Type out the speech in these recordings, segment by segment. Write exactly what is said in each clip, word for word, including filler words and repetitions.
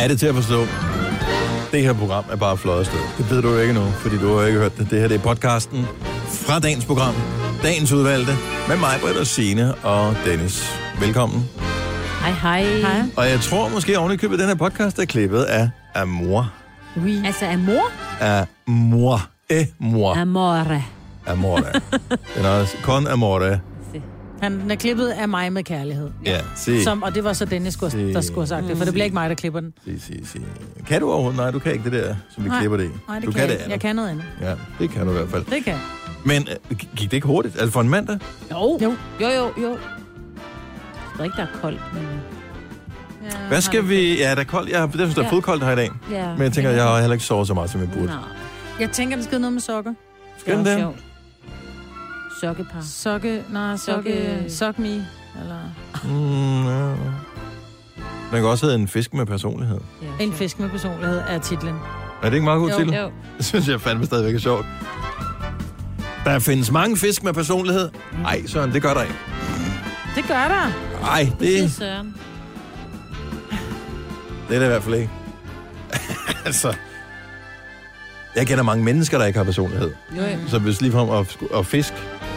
Er det til at forstå? Det her program er bare fløjet afsted. Det ved du jo ikke nu, fordi du har ikke hørt det. Det her det er podcasten fra dagens program. Dagens udvalgte med mig, Britt og Signe og Dennis. Velkommen. Hej, hej. Hej. Og jeg tror måske oven i købet, den her podcast er klippet af Amor. Oui. Altså Amor? Amor. Amor. Amore. Amore. Den er også con amore. Han er klippet af mig med kærlighed. Ja, se. Som, og det var så Dennis, der skulle have sagt det, for det bliver ikke mig, der klipper den. Se, se, se. Kan du overhovedet? Nej, du kan ikke det der, som vi nej, klipper det i. Nej, det du kan, kan jeg. det Jeg kan noget andet. Ja, det kan du i hvert fald. Det kan. Men uh, gik det ikke hurtigt? Altså for en mandag? Jo. Jo, jo, jo. jo. Det er ikke, der er koldt, men... Ja, hvad skal vi... Ja, der er koldt. Jeg synes, der er ja. fodkoldt her i dag. Ja. Men jeg tænker, jeg har heller ikke sovet så meget, som jeg burde. Nej. Jeg tænker, den skal noget med sokker. Skal den det? Sokkepar. Sokke... Nej, sokke... Sok me. Eller... Mm, ja. Den kan også hedde en fisk med personlighed. Ja, en fisk med personlighed er titlen. Er det ikke meget god jo, titel? Jo. Det synes jeg fandme stadigvæk er sjovt. Der findes mange fisk med personlighed. Nej, Søren, det gør der ikke. Det gør der. Nej, det... Det er Søren. Det er det i hvert fald ikke. altså... Jeg kender mange mennesker, der ikke har personlighed. Jo, jo. Så hvis lige frem at, at fisk...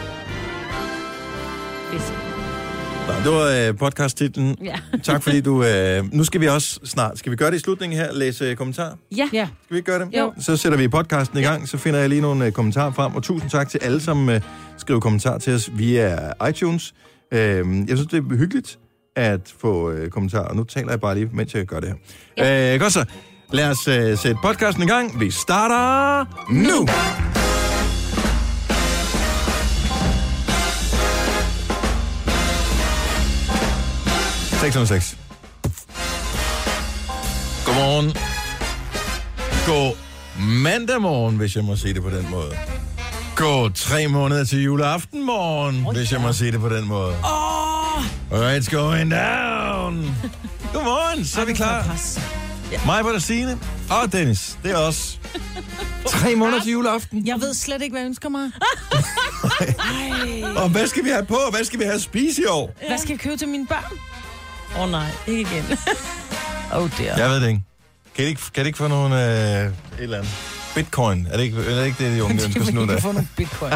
Fisk. Nå, det var uh, podcast-titlen. Ja. Tak fordi du... Uh, nu skal vi også snart... Skal vi gøre det i slutningen her? Læse uh, kommentarer? Ja. ja. Skal vi ikke gøre det? Jo. Så sætter vi podcasten i gang, så finder jeg lige nogle uh, kommentarer frem. Og tusind tak til alle, som uh, skriver kommentarer til os via iTunes. Uh, jeg synes, det er hyggeligt at få uh, kommentarer. Og nu taler jeg bare lige, mens jeg gør det her. Ja. Uh, godt så. Lad os uh, sætte podcasten i gang. Vi starter nu! seks nul seks. Godmorgen. God mandag morgen, hvis jeg må sige det på den måde. God tre måneder til juleaften morgen, oh, hvis jeg må sige det på den måde. Åh! Oh. It's going down. Godmorgen, så er vi klar. Mig, Britt og Signe og Dennis, det er os. Tre måneder til juleaften. Jeg ved slet ikke, hvad jeg ønsker mig. Og hvad skal vi have på? Hvad skal vi have at spise i år? Hvad skal jeg købe til mine børn? Åh oh, nej, ikke igen. Åh, oh, der. Jeg ved det ikke. Kan det ikke, kan det ikke få nogle øh, et eller andet? Bitcoin? Er det ikke, er det, ikke det, de unge ønsker sådan noget? Du kan få nogle bitcoin.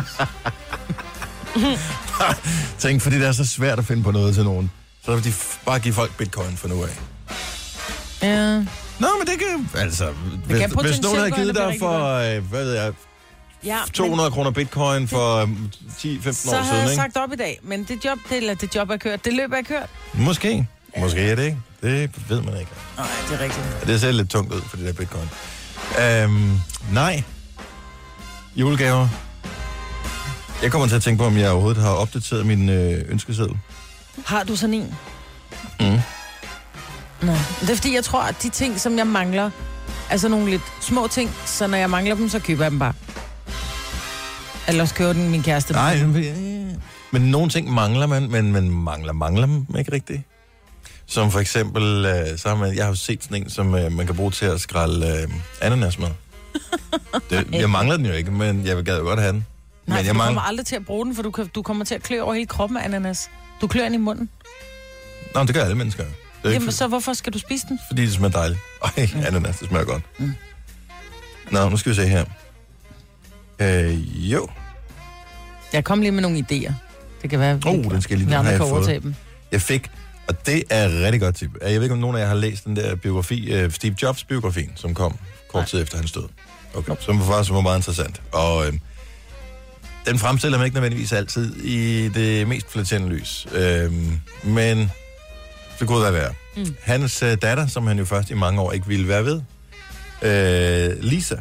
Tænk, fordi det er så svært at finde på noget til nogen. Så vil de f- bare give folk bitcoin for nu af. Ja. Nå, men det kan... Altså, det hvis, kan hvis nogen havde givet dig for, øh, hvad ved jeg, ja, to hundrede men... kroner bitcoin for ti femten år siden, ikke? Så har jeg sagt op i dag, men det job, det, eller det job er kørt, det løb er kørt. Måske. Måske er det ikke. Det ved man ikke. Nej, det er rigtigt. Ja, det ser lidt tungt ud for det der bitcoin. Øhm, nej. Julegaver. Jeg kommer til at tænke på, om jeg overhovedet har opdateret min øh, ønskeseddel. Har du sådan en? Mm. Nej. Det er fordi, jeg tror, at de ting, som jeg mangler, er sådan nogle lidt små ting, så når jeg mangler dem, så køber jeg dem bare. Ellers køber den min kæreste. Nej, men, men nogle ting mangler man, men man mangler, mangler dem ikke rigtigt. Som for eksempel, øh, så har man, jeg har jo set sådan en, som øh, man kan bruge til at skrælle øh, ananas med. Det, jeg mangler den jo ikke, men jeg gad jo godt have den. Nej, men jeg du mangler... kommer aldrig til at bruge den, for du, kan, du kommer til at klø over hele kroppen af ananas. Du klør den i munden. Nå, det gør alle mennesker. Det Jamen, for... så hvorfor skal du spise den? Fordi det smager dejligt. Ej, mm. ananas, det smager godt. Mm. Nå, nu skal vi se her. Øh, jo. Jeg kom lige med nogle idéer. Det kan være... Åh, oh, den skal jeg lige have fået. Dem. Jeg fik, og det er et rigtig godt tip. Jeg ved ikke, om nogen af jer har læst den der biografi, uh, Steve Jobs biografien, som kom kort tid efter hans død. Okay, som var faktisk var meget interessant. Og øh, den fremstiller man ikke nødvendigvis altid i det mest flatterende lys. Øh, men det kunne da være. Mm. Hans uh, datter, som han jo først i mange år ikke ville være ved, øh, Lisa,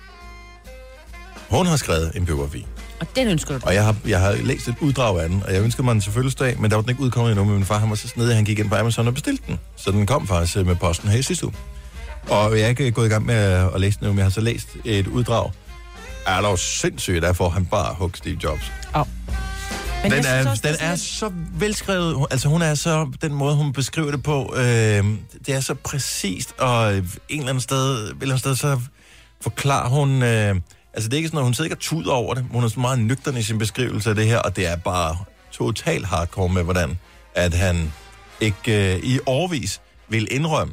hun har skrevet en biografi. Og den ønsker du? Og jeg har, jeg har læst et uddrag af den, og jeg ønskede mig den til fødselsdag, men der var den ikke udkommet endnu, men min far han var så snedig, at han gik ind på Amazon og bestilte den. Så den kom faktisk med posten her i sidste uge. Og jeg er ikke gået i gang med at, at læse den, men jeg har så læst et uddrag. Er der jo sindssygt, derfor han bare hugger Steve Jobs. Oh. Men den er, også, den er lidt... så velskrevet, altså hun er så, den måde hun beskriver det på, øh, det er så præcist, og en eller anden sted, et eller andet sted så forklarer hun... Øh, Altså det er ikke sådan, at hun sidder ikke og tuder over det. Hun er så meget nøgtern i sin beskrivelse af det her, og det er bare totalt hardcore med, hvordan at han ikke øh, i årevis vil indrømme,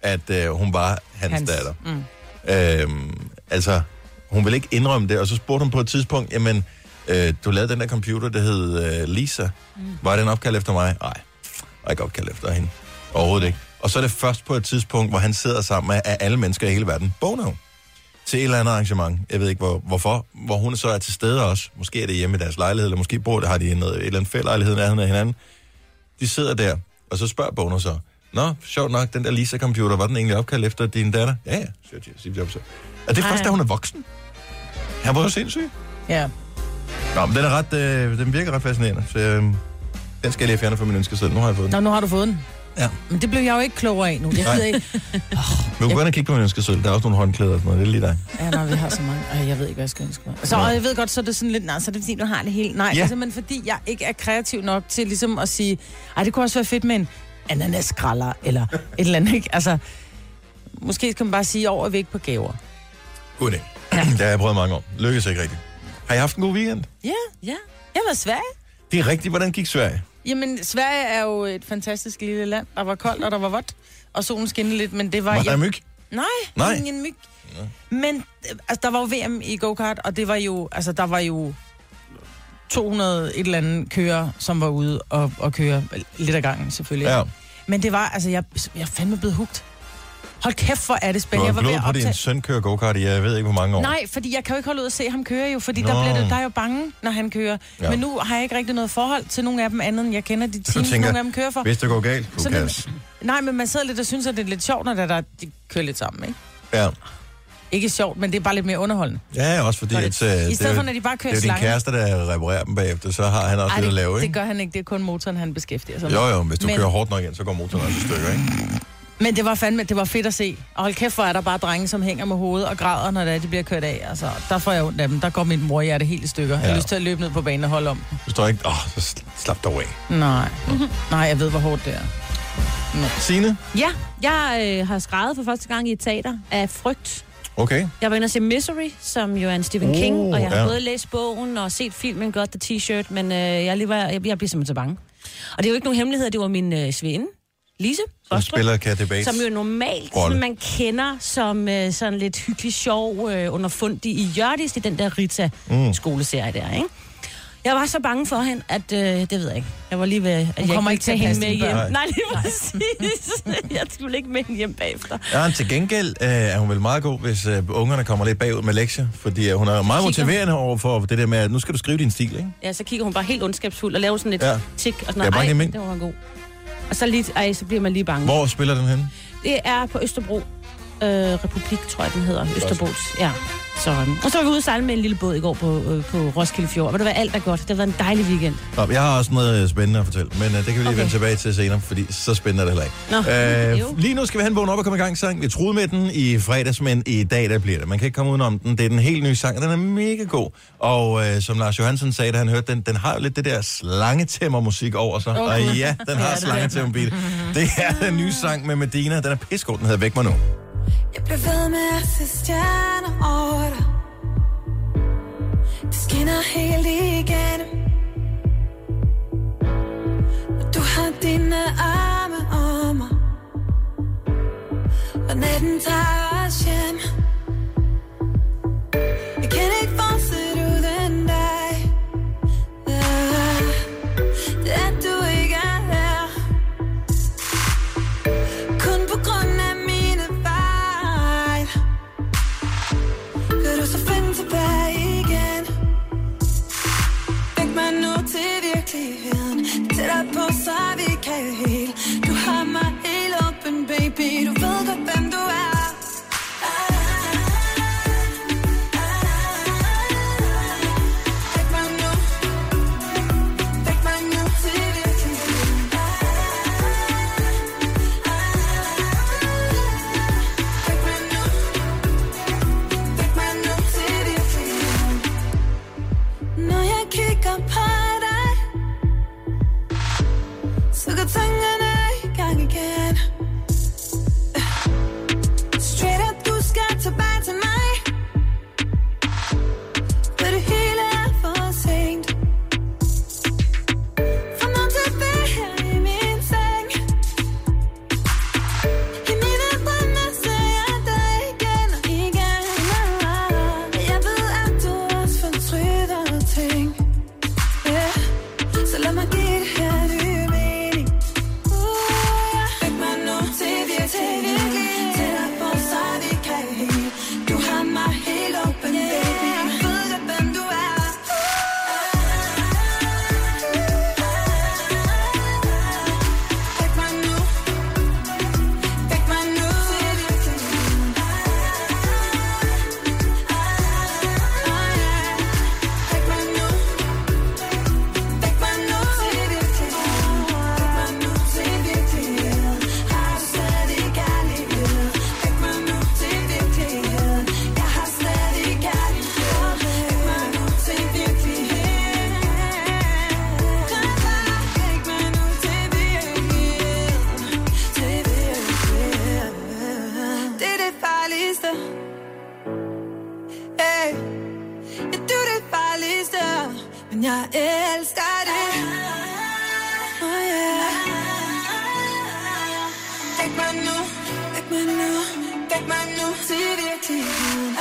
at øh, hun var hans, hans. datter. Mm. Øhm, altså, hun ville ikke indrømme det, og så spurgte hun på et tidspunkt, jamen, øh, du lavede den der computer, der hed øh, Lisa. Mm. Var den opkaldt efter mig? Nej, jeg er ikke opkaldt efter hende. Overhovedet ikke. Og så er det først på et tidspunkt, hvor han sidder sammen med af alle mennesker i hele verden, Bono, til et eller andet arrangement. Jeg ved ikke, hvor, hvorfor. Hvor hun så er til stede også. Måske er det hjemme i deres lejlighed, eller måske bor det, har de noget, et eller andet fældlejlighed nærheden af hinanden. De sidder der, og så spørger Bono så, nå, sjovt nok, den der Lisa-computer, var den egentlig opkaldt efter din datter? Ja, ja, siger Steve Jobs. Er det først, da hun er voksen? Han var jo sindssyg. Ja. Nå, men den er ret, øh, den virker ret fascinerende, så øh, den skal jeg lige fjerne fra min ønskeseddel. Nu har jeg fået den. Nå, nu har du fået den. Ja. Men det blev jeg jo ikke klogere af nu. Jeg ved ikke. Oh, men du kan kigge på min ønskeseddel. Der er også nogle håndklæder og sådan noget. Det er lige dig. Ja, nej, vi har så mange. Ej, jeg ved ikke, hvad jeg skal ønske mig. Så og jeg ved godt, så er det sådan lidt, nej, så er det fordi, du har det hele. Nej, ja. Det er simpelthen fordi, jeg ikke er kreativ nok til ligesom at sige, ej, det kunne også være fedt med en ananasskralder, eller et eller andet, ikke? Altså, måske skal man bare sige, over vi ikke på gaver. Gud, nej. Ja. Det har jeg prøvet mange år. Lykkes ikke rigtigt. Har I haft en god weekend? Ja, ja. Jeg var i Sverige. Det er rigtigt. Hvordan gik Sverige? Jamen, Sverige er jo et fantastisk lille land. Der var koldt, og der var vådt, og solen skinnede lidt, men det var... Var der jeg... myg? Nej, Nej, ingen myg. Ja. Men altså, der var jo V M i go-kart, og det var jo... Altså, der var jo to hundrede et eller andet kører, som var ude og, og køre lidt af gangen, selvfølgelig. Ja. Men det var... Altså, jeg, jeg er fandme blevet hugt. Hold kæft, hvor er det spændende. Du har blod på din søn kører go-kart i, jeg ved ikke, hvor mange år. Nej, fordi jeg kan jo ikke holde ud at se ham køre jo, fordi der, bliver det, der er jo bange, når han kører. Ja. Men nu har jeg ikke rigtig noget forhold til nogle af dem andet, end jeg kender de teams, tænker, nogle af dem kører for. Hvis det går galt, du kan. Nej, men man sidder lidt og synes, at det er lidt sjovt, når der, der, de kører lidt sammen, ikke? Ja. Ikke sjovt, men det er bare lidt mere underholdende. Ja, også fordi, at, uh, i stedet for, når de bare kører det er slange. din kæreste, der reparerer dem bagefter, så har han også Ej, lidt det, at lave, ikke? det gør han ikke, det er kun motoren, han beskæftiger sig med. Jo, jo, hvis du men... kører hårdt nok igen, så går motoren også i stykker, ikke? Men det var fandme, det var fedt at se. Og hold kæft, hvor er der bare drenge, som hænger med hovedet og græder, når det er, de bliver kørt af. Altså, der får jeg ondt af dem. Der går min mor i hjertet helt i stykker. Ja. Jeg har lyst til at løbe ned på banen og holde om. Hvis du ikke... Åh, oh, så slap dig af. Nej. Mm-hmm. Nej, jeg ved, hvor hårdt det er. Nå. Signe? Ja, jeg øh, har skrevet for første gang i et teater af frygt. Okay. Jeg var inde og se Misery, som jo er en Stephen King, oh, og jeg har ja. både læst bogen og set filmen, got the t-shirt, men øh, jeg, lige var, jeg, jeg bliver simpelthen så bange. Og det er jo ikke nogen hemmelighed, det var min øh, svigerinde, Lise, som spiller Kathy Bates, som jo normalt som man kender som øh, sådan lidt hyggelig sjov øh, underfundig i Hjørdis, i den der Rita-skoleserie mm. der, ikke? Jeg var så bange for hende, at øh, det ved jeg ikke. Jeg var lige ved, at hun jeg kommer ikke ikke til hende med hjem. Nej, Nej, lige præcis. Jeg skulle ikke med hende hjem bagefter. Ja, til gengæld øh, er hun vel meget god, hvis øh, ungerne kommer lidt bagud med lektier, fordi øh, hun er meget motiverende over for det der med, at nu skal du skrive din stil, ikke? Ja, så kigger hun bare helt ondskabsfuld og laver sådan et ja. tik, og sådan noget. Ej, det var god. Og så, lige, ej, så bliver man lige bange. Hvor spiller den henne? Det er på Østerbro. Øh, Republik, tror jeg, den hedder. Østerbros, ja. Så, og så var vi ude og sejle med en lille båd i går på, øh, på Roskilde Fjord. Og det var alt er godt. Det har været en dejlig weekend. Nå, jeg har også noget spændende at fortælle, men uh, det kan vi lige okay. vende tilbage til senere, fordi så spændende er det heller ikke. Uh, lige nu skal vi have en vågen op og komme i gang sang. Vi troede med den i fredags, men i dag der bliver det. Man kan ikke komme udenom den. Det er den helt nye sang, og den er mega god. Og uh, som Lars Johansen sagde, da han hørte den, den har jo lidt det der slangetæmmer-musik over sig. Okay. Og ja, den har slangetæmmer-beat. Det er den nye sang med Medina. Den er pissegod. Den hedder Væk mig nu. Jeg blev ved med at se stjerner over dig. Det skinner helt igennem. Og du har dine arme om mig. Og natten tager os hjem. Jeg kan ikke fortsætte uden dig. Det er du ikke er her. Kun på grund af mine fejl. Vil du så finde tilbage igen? Væk mig nu til virkeligheden. Tættere på, så vi kan helt. Du har mig helt åben, baby. Du ved godt, hvem du er. I mine drømme det her nye mening. Væk mig nu til virkelig. Tættere på, så vi kan helt. Du har mig helt open, baby. Jeg ved godt, hvem du er. Væk mig nu. Væk mig nu til virkeligheden. Væk mig nu. Væk mig nu til virkeligheden. Væk mig nu til virkeligheden. Har du stadig kærlighed? Væk mig nu til virkeligheden. Jeg har stadig kærlighed. Væk mig nu til virkeligheden. Væk mig nu til virkeligheden. Til virkeligheden. Det er det farligste. Hey. Ja, du er det farligste. Men jeg elsker det. Oh yeah. Væk mig nu. Væk mig nu. Væk mig nu til virkeligheden.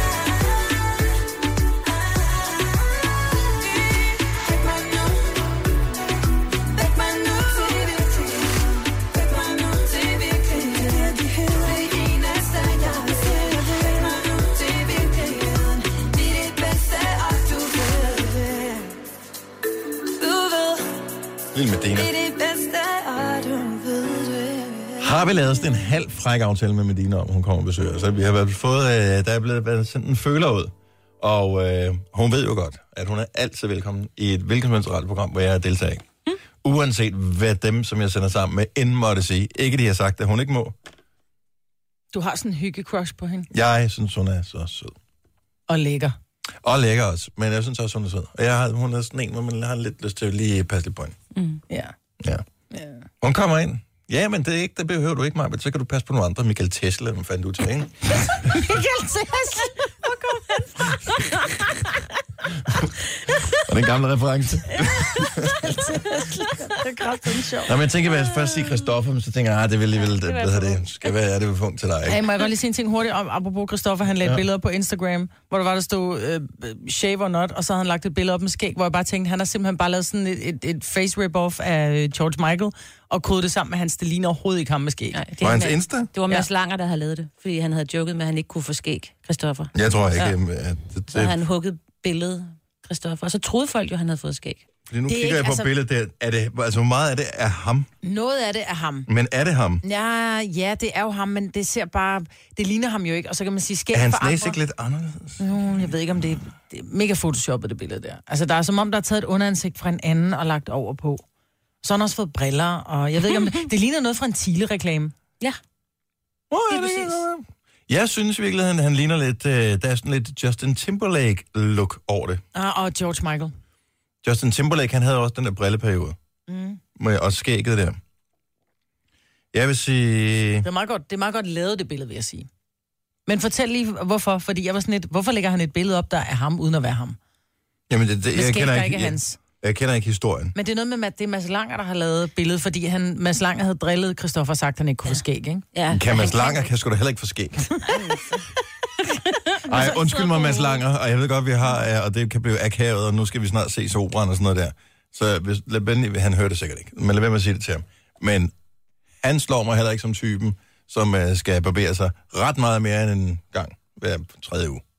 Væk mig nu. Væk mig nu til virkeligheden. Væk mig nu til virkeligheden. Det eneste, jeg vil se. Væk mig nu til virkeligheden. Det er det bedste, og du ved det. Du ved, Lille Medina. det er det bedste, og du ved det. Har vi lavet sådan en halv fræk aftale med Medina om, hun kommer og besøger. Så vi har været fået, øh, der er blevet været sådan en føler ud. Og øh, hun ved jo godt, at hun er altid velkommen i et hvilket som helst radioprogram, hvor jeg deltager i. Mm. Uanset hvad dem, som jeg sender sammen med, end måtte sige. Ikke de har sagt, at hun ikke må. Du har sådan en hygge-crush på hende. Jeg synes, hun er så sød. Og lækker. Og lækker også, men jeg synes også, hun er sød. Og jeg har, hun er sådan en, hvor man har lidt lyst til at lige passe lidt på hende. Mm. Ja. Ja. Ja. Hun kommer ind. Ja, men det, er ikke, det behøver du ikke, Maja, men så kan du passe på nogle andre. Michael Tesla, hvad fanden du til, ikke? Michael Tesla. Hvor kom han fra? Og den gamle reference. Det er kraftigt sjovt. Nå, men jeg tænker, at jeg først sige Christoffer, men så tænker jeg, at det vil alligevel, det, hvad det, skal være, er det punkt til dig, ikke? Hey, må jeg godt lige sige en ting hurtigt om, apropos Christoffer, han lagde Ja. billeder på Instagram, hvor der var, der stod øh, shave or not, og så havde han lagt et billede op med skæg, hvor jeg bare tænkte, han har simpelthen bare lavet sådan et, et, et face rip-off af øh, George Michael, og kodet det sammen med hans, det ligner overhovedet ikke ham med skæg. Nej, det, Var er hans Mads- Insta? det var Mads Ja. Langer, der havde lavet det, fordi han havde joket med, at han ikke kunne få skæg, Christoffer. Jeg tror ikke, Ja. at det, Så han hugget billedet, Christoffer. Og så troede folk jo, han havde fået skæg. fordi nu Det er kigger ikke- jeg på altså- billedet der. Er det, altså, hvor meget af det er ham? Noget af det er ham. Men er det ham? Ja, ja, det er jo ham, men det ser bare, det ligner ham jo ikke, og så kan man sige skæg Er hans for andre. næse ikke lidt anderledes? Jo, jeg ved ikke, om det er, det er mega photoshoppet, det billede der. Altså, der er som om, der er taget et underansigt fra en anden og lagt over på. Så har han også fået briller, og jeg ved ikke, om det, det ligner noget fra en Thiele-reklame. Ja. Oh, ja, det præcis. kan- jeg synes i virkeligheden, han ligner lidt, øh, der er sådan lidt Justin Timberlake-look over det. Ah, og George Michael. Justin Timberlake, han havde også den der brilleperiode. Mm. Med også skægget der. Jeg vil sige... Det er meget godt, det er meget godt lavet, det billede, vil jeg sige. Men fortæl lige, hvorfor. Fordi jeg var sådan lidt, hvorfor lægger han et billede op, der er ham, uden at være ham? Jamen, det, det, Med jeg, skæg, kender der ikke, ikke er jeg, hans. jeg kender ikke historien. Men det er noget med, at det er Mads Langer, der har lavet billedet, fordi han, Mads Langer havde drillet Christoffer og sagt, at han ikke kunne ja. få skæg, ikke? Ja. Kan Mads Han Langer, kan sgu da heller ikke få skæg. Ej, undskyld mig, Mads Langer, og jeg ved godt, vi har, ja, og det kan blive akavet, og nu skal vi snart se Sobran og sådan noget der. Så hvis, lad Benny, han hører det sikkert ikke, men lad være med at sige det til ham. Men han slår mig heller ikke som typen, som uh, skal barbere sig ret meget mere end en gang hver tredje uge.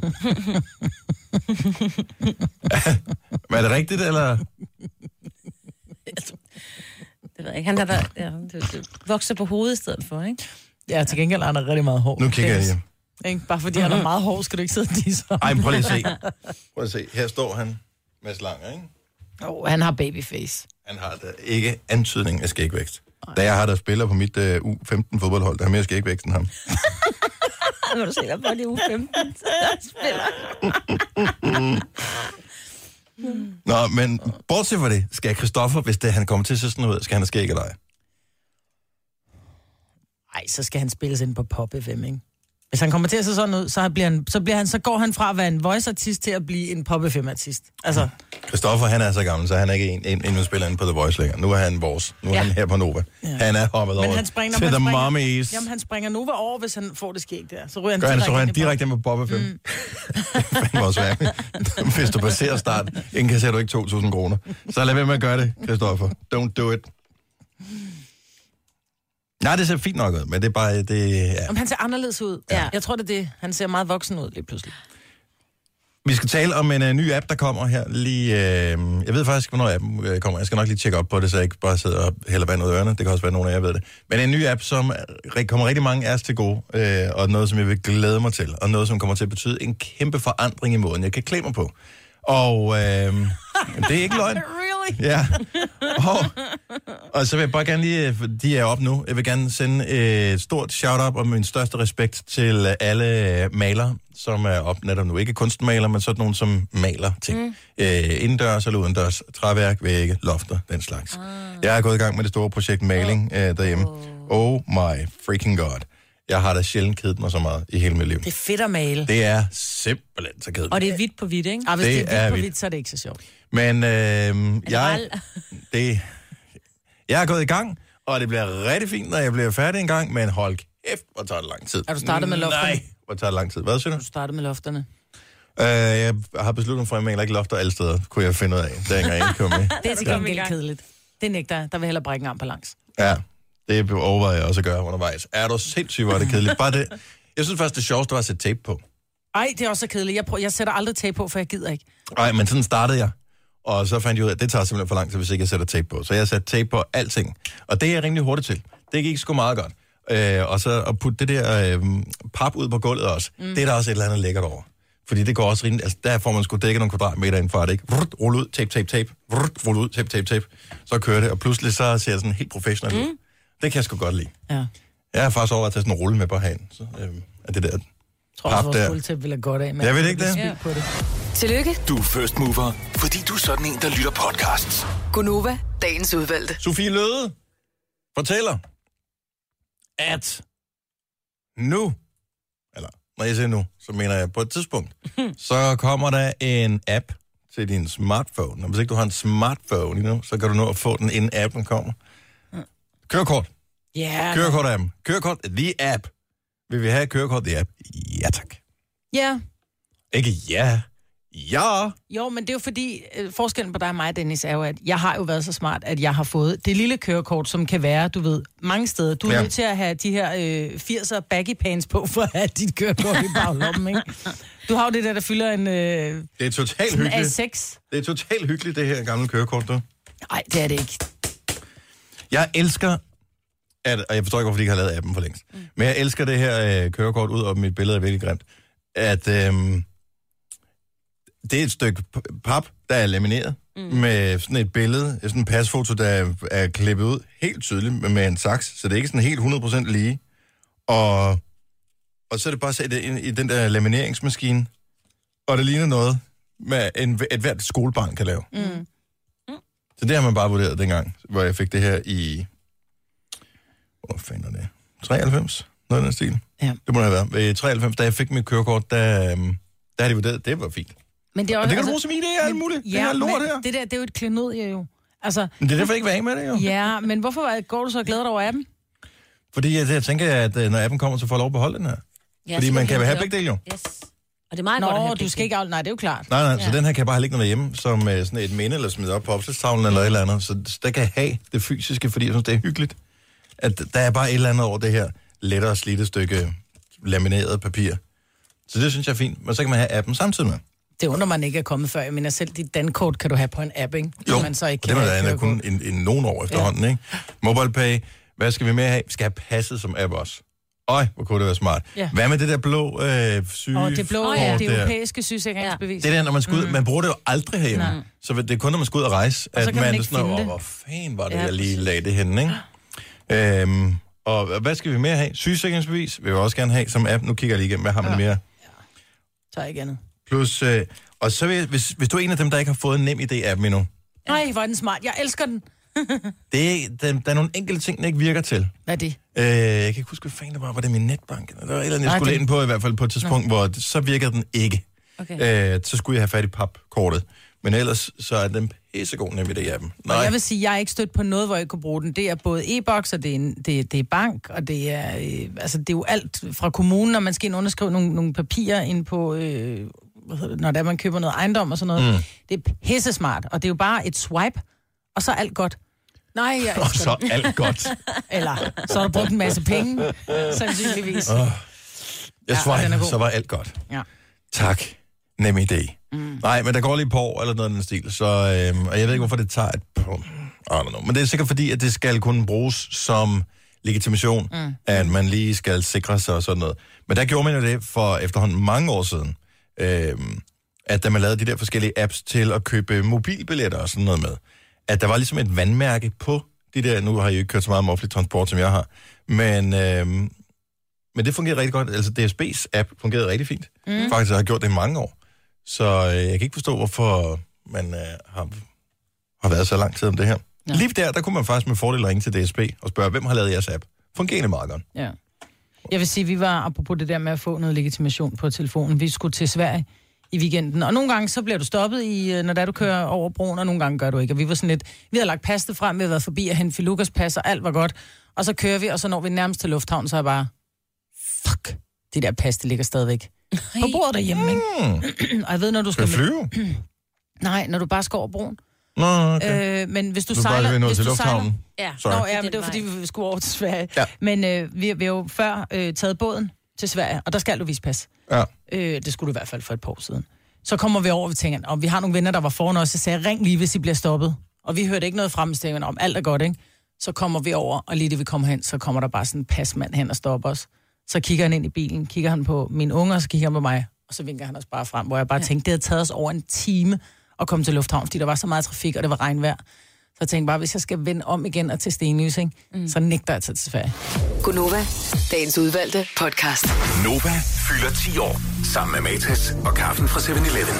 Men er det rigtigt, eller? Det ved jeg ikke. Han der, der ja, det, det vokser på hovedet i stedet for, ikke? Ja, til gengæld er han rigtig meget hård. Nu kigger jeg lige. Ikke? Bare fordi han er meget hård, skal du ikke sidde og disse ham. Ej, men prøv lige at se. Prøv at se. Her står han, Mads Langer, ikke? Oh, han har babyface. Han har da ikke antydning af skægvækst. Da jeg har der spiller på mit uh, U femten fodboldhold, der har mere skægvækst end ham. Må du se dig på det U femten, der spiller. Nå, men bortset fra det, skal Christoffer, hvis det, han kommer til at se sådan noget, skal han have skæg eller ej? Ej, så skal han spilles ind på Pop F M, ikke? Hvis han kommer til at se sådan ud, så bliver han, så, bliver han, så går han fra at være en voice-artist til at blive en pop F M-artist. Altså... Christoffer, han er så gammel, så han er ikke en, en, en spiller inde på The Voice længere. Nu er han vores. Nu er ja. han her på Nova. Ja. Han er hoppet over han springer, til han The springer, Mommies. Jamen, han springer Nova over, hvis han får det skæg der. Så ryger han Gør direkte, han, så ryger han ind, direkte ind på Bob F M. Mm. Det er også værkt. Hvis du baserer start, indkasserer du ikke to tusind kroner. Så lad være med at gøre det, Christoffer. Don't do it. Nej, det ser fint nok ud, men det er bare... Det, ja. Om han ser anderledes ud. Ja. Jeg tror, det er det. Han ser meget voksen ud lige pludselig. Vi skal tale om en uh, ny app, der kommer her lige... Uh, jeg ved faktisk, hvornår appen uh, kommer. Jeg skal nok lige tjekke op på det, så jeg ikke bare sidder og hælder vand ud af ørerne. Det kan også være, nogen af jer ved det. Men en ny app, som uh, kommer rigtig mange af os til gode, uh, og noget, som jeg vil glæde mig til, og noget, som kommer til at betyde en kæmpe forandring i måden, jeg kan klæde mig på. Og uh, det er ikke løgn. Really? Ja. Og, og så vil jeg bare gerne lige, de er op nu, jeg vil gerne sende et stort shout-out og min største respekt til alle malere, som er op netop nu. Ikke kunstmaler, men sådan nogen, som maler ting. Mm. Øh, indendørs eller udendørs, træværk, vægge, lofter, den slags. Ah. Jeg er gået i gang med det store projekt maling øh, derhjemme. Oh. oh my freaking god. Jeg har da sjældent kedet mig så meget i hele mit liv. Det er fedt at male. Det er simpelthen så kedeligt. Og det er hvidt på hvidt, ikke? Ah, hvis det, det er hvidt er på hvidt. hvidt, så er det ikke så sjovt. Men øh, jeg, det, jeg er gået i gang, og det bliver rigtig fint, når jeg bliver færdig en gang, men hold kæft, hvor tager det lang tid. Er du startet med lofterne? Nej, hvor tager det lang tid. Hvad siger du? Du startede med lofterne. Øh, jeg har besluttet mig for, at jeg ikke lofter alle steder, kunne jeg finde ud af, da jeg ikke kom med. Det er til gengæld kedeligt. Det nægter jeg. Der vil heller brække en arm på langs. Ja, det overvejer jeg også at gøre undervejs. Er du sindssygt, hvor er det kedeligt? Bare det. Jeg synes faktisk, det sjoveste var at sætte tape på. Ej, det er også så kedeligt. Jeg, prøver, jeg sætter aldrig tape på, for jeg gider ikke. Nej, men sådan startede jeg. Og så fandt jeg ud af, at det tager simpelthen for lang tid, hvis ikke jeg sætter tape på. Så jeg satte tape på alting. Og det er jeg rimelig hurtigt til. Det gik sgu meget godt. Øh, og så at putte det der øh, pap ud på gulvet også. Mm. Det er der også et eller andet lækkert over. Fordi det går også rimelig... Altså, der får man sgu dække nogle kvadratmeter indenfor det, ikke? Vrrt, rulle ud, tape, tape, tape. Vrrt, rulle ud, tape, tape, tape. Så kører det, og pludselig så ser det sådan helt professionelt ud. Mm. Det kan jeg sgu godt lide. Ja. Jeg har faktisk over at tage sådan en rulle med på herinde. Så øh, er det der... Jeg tror også, vores rulletape vil have godt af. Men jeg ved ikke det. Ja. På det. Tillykke. Du er first mover, fordi du er sådan en, der lytter podcasts. Gunova, dagens udvalgte. Sofie Løde fortæller, at nu, eller når jeg siger nu, så mener jeg på et tidspunkt, så kommer der en app til din smartphone. Og hvis ikke du har en smartphone endnu, så kan du nå at få den, inden appen kommer. Kørekort. Ja. Yeah. Kørekort-appen. Kørekort, the app. Vil vi have kørekort, the app? Ja, tak. Ja. Yeah. Ikke ja. Ja. Jo, men det er jo fordi, øh, forskellen på dig og mig, Dennis, er jo, at jeg har jo været så smart, at jeg har fået det lille kørekort, som kan være, du ved, mange steder. Du er ja. nødt til at have de her øh, firser baggy pants på, for at have dit kørekort i baglommen, ikke? Du har jo det der, der fylder en... Øh, det er totalt hyggeligt. A seks. Det er totalt hyggeligt, det her gamle kørekort, du. Nej, det er det ikke. Jeg elsker... At, og jeg forstår ikke, hvorfor de ikke har lavet appen for længst. Mm. Men jeg elsker det her øh, kørekort ud, og mit billede er virkelig grimt. At øh, det er et stykke pap, der er lamineret, mm. med sådan et billede, sådan en pasfoto, der er, er klippet ud, helt tydeligt, med, med en saks, så det er ikke sådan helt hundrede procent lige. Og, og så er det bare sat ind i den der lamineringsmaskine, og det ligner noget, med en, et hvert skolebarn kan lave. Mm. Mm. Så det har man bare vurderet dengang, hvor jeg fik det her i... Hvor fanden er det? treoghalvfems? Noget af den stil? Ja. Det må det have været. Ved treoghalvfems, da jeg fik mit kørekort, der, der har de vurderet, det var fint. Men det, er også, og det kan altså, du bruge som idé, alt muligt. Ja, det her lort her. Det der, det er jo et klenodie jo. Altså, men det er derfor, jeg ikke var af med det jo. Ja, men hvorfor går du så glad over appen? Fordi jeg, jeg tænker, at når appen kommer, så får jeg lov at beholde den her. Ja, fordi man kan have begge dele jo. Yes. Og det er meget Nå, godt at have du skal ikke af... Nej, det er jo klart. Nej, nej, ja. Så den her kan jeg bare have liggende hjemme, som uh, sådan et minde, eller smide op på opslagstavlen, eller et eller andet. Så, så der kan jeg have det fysiske, fordi jeg synes, det er hyggeligt. At der er bare et eller andet over det her lettere slidte stykke lamineret papir. Så det synes jeg er fint. Men så kan man have appen samtidig med. Det undrer man ikke er kommet før. Jeg mener selv, dit dankort kan du have på en app, ikke? Jo, man så ikke det var da kun en, en nogen år efterhånden, ja. Ikke? MobilePay, hvad skal vi mere have? Vi skal have passet som app også. Øj, hvor kunne det være smart. Ja. Hvad med det der blå øh, syge... Åh, det blå, ja, det europæiske sygesikringsbevis. Det der, når man skal ud... Mm. Man bruger det jo aldrig herhjemme. Nej. Så det er kun, når man skal ud og rejse, og at man, man er sådan, åh, hvor fanden var det, ja, jeg lige lagde det henne, ikke? Øhm, og hvad skal vi mere have? Sygesikringsbevis vil vi også gerne have som app. Nu kigger jeg lige igennem, hvad har man ja. mere? Ja. Så ikke andet. Plus, øh, og så vil, hvis, hvis du er en af dem, der ikke har fået en nem idé appen endnu. Nej, hvor er den smart. Jeg elsker den. det er, der, der er nogle enkelte ting, der ikke virker til. Hvad er det? Øh, jeg kan ikke huske, hvad fanden det var. Var det min netbank? Der var et eller andet, jeg skulle ind på i hvert fald på et tidspunkt, Nå. hvor det, så virkede den ikke. Okay. Øh, så skulle jeg have fat i papkortet. Men ellers så er den pissegod nemlig det af dem. Nej. Og jeg vil sige, jeg er ikke stødt på noget, hvor jeg kunne bruge den. Det er både e-boks, og det er, en, det, det er bank, og det er, øh, altså, det er jo alt fra kommunen, når man skal ind underskrive nogle, nogle papirer ind på, øh, når der man køber noget ejendom og sådan noget. Mm. Det er pissesmart, og det er jo bare et swipe, og så er alt godt. Nej, jeg og så det. alt godt. Eller så har du brugt en masse penge, sandsynligvis. Oh. Jeg swipe, ja, så var alt godt. Ja. Tak. Nem idé. Mm. Nej, men der går lige på år eller noget af den stil, så øhm, og jeg ved ikke, hvorfor det tager et på. I don't know. Men det er sikkert fordi, at det skal kunne bruges som legitimation, mm. at man lige skal sikre sig og sådan noget. Men der gjorde man jo det for efterhånden mange år siden, øhm, at da man lavede de der forskellige apps til at købe mobilbilletter og sådan noget med, at der var ligesom et vandmærke på de der, nu har jeg jo ikke kørt så meget med offentlig transport, som jeg har, men, øhm, men det fungerede rigtig godt. Altså D S B's app fungerede rigtig fint. Mm. Faktisk har jeg gjort det i mange år. Så øh, jeg kan ikke forstå, hvorfor man øh, har, har været så lang tid om det her. Ja. Lige der, der kunne man faktisk med fordel ringe til D S B og spørge, hvem har lavet jeres app? Fungerer det meget godt? Ja. Jeg vil sige, vi var, apropos det der med at få noget legitimation på telefonen, vi skulle til Sverige i weekenden, og nogle gange så bliver du stoppet, i, når der du kører over broen, og nogle gange gør du ikke. Og vi var sådan lidt, vi havde lagt passet frem, vi havde været forbi og hentet Filukas pas, og alt var godt. Og så kører vi, og så når vi nærmest til lufthavn, så er jeg bare, fuck, det der pas, det ligger stadigvæk på bordet derhjemme, ikke? Mm. Og jeg ved, når du skal... Skal flyve? Med... Nej, når du bare skal over broen. Nå, okay. Øh, men hvis du, du sejler... Hvis til du sejler... Ja. Nå, ja, men det var, fordi vi skulle over til Sverige. Ja. Men øh, vi, vi har jo før øh, taget båden til Sverige, og der skal du vise pas. Ja. Øh, det skulle du i hvert fald for et par år siden. Så kommer vi over, og vi tænker, om vi har nogle venner, der var foran os, og sagde, ring lige, hvis I bliver stoppet. Og vi hørte ikke noget frem, så tænkte, om alt er godt, ikke? Så kommer vi over, og lige det vi kommer hen, så kommer der bare sådan en pasmand hen og stopper os. Så kigger han ind i bilen, kigger han på mine unger, og så kigger han på mig, og så vinker han os bare frem, hvor jeg bare ja. tænkte, det havde taget os over en time at komme til lufthavn, fordi der var så meget trafik, og det var regnvejr. Så jeg tænkte bare, hvis jeg skal vende om igen og til Stenløs, ikke, mm. så nægter jeg til Sverige. Gunova, dagens udvalgte podcast. Nova fylder ti år, sammen med Matas og kaffen fra syv eleven.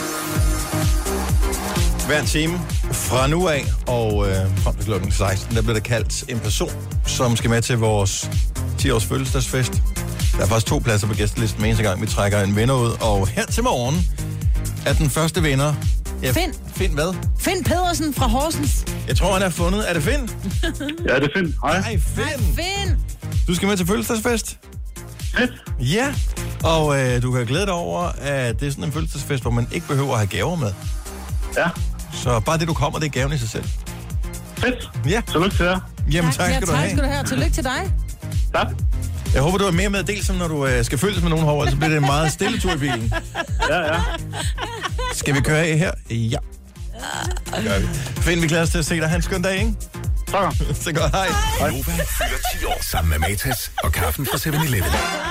Hver time fra nu af, og øh, frem til klokken seksten, der bliver der kaldt en person, som skal med til vores ti-års fødselsdagsfest. Der er faktisk to pladser på gæstelisten med eneste gang, vi trækker en vinder ud. Og her til morgen er den første vinder... Ja, Finn. Finn hvad? Finn Pedersen fra Horsens. Jeg tror, han er fundet. Er det Finn? Ja, det er Finn. Hej. Hej, Finn. Hej, Finn. Du skal med til fødselsdagsfest? Fedt. Ja, og øh, du kan glæde dig over, at det er sådan en fødselsdagsfest, hvor man ikke behøver at have gaver med. Ja. Så bare det, du kommer, det er gaven i sig selv. Fedt. Ja. Tillykke til jer. Jamen, tak, tak skal ja, du have. tak skal du have, og tillykke til dig. Tak. Jeg håber, du er mere med dels, som når du øh, skal følges med nogen herovre, så bliver det en meget stille tur i bilen. Ja, ja. Skal vi køre af her? Ja. Det gør vi. Finn, vi glæder os til at se dig. Ha' en skøn dag, ikke? Tak. Så godt, hej. hej. Nova fylder ti år, sammen med Matas og kaffen fra syv eleven. Ikke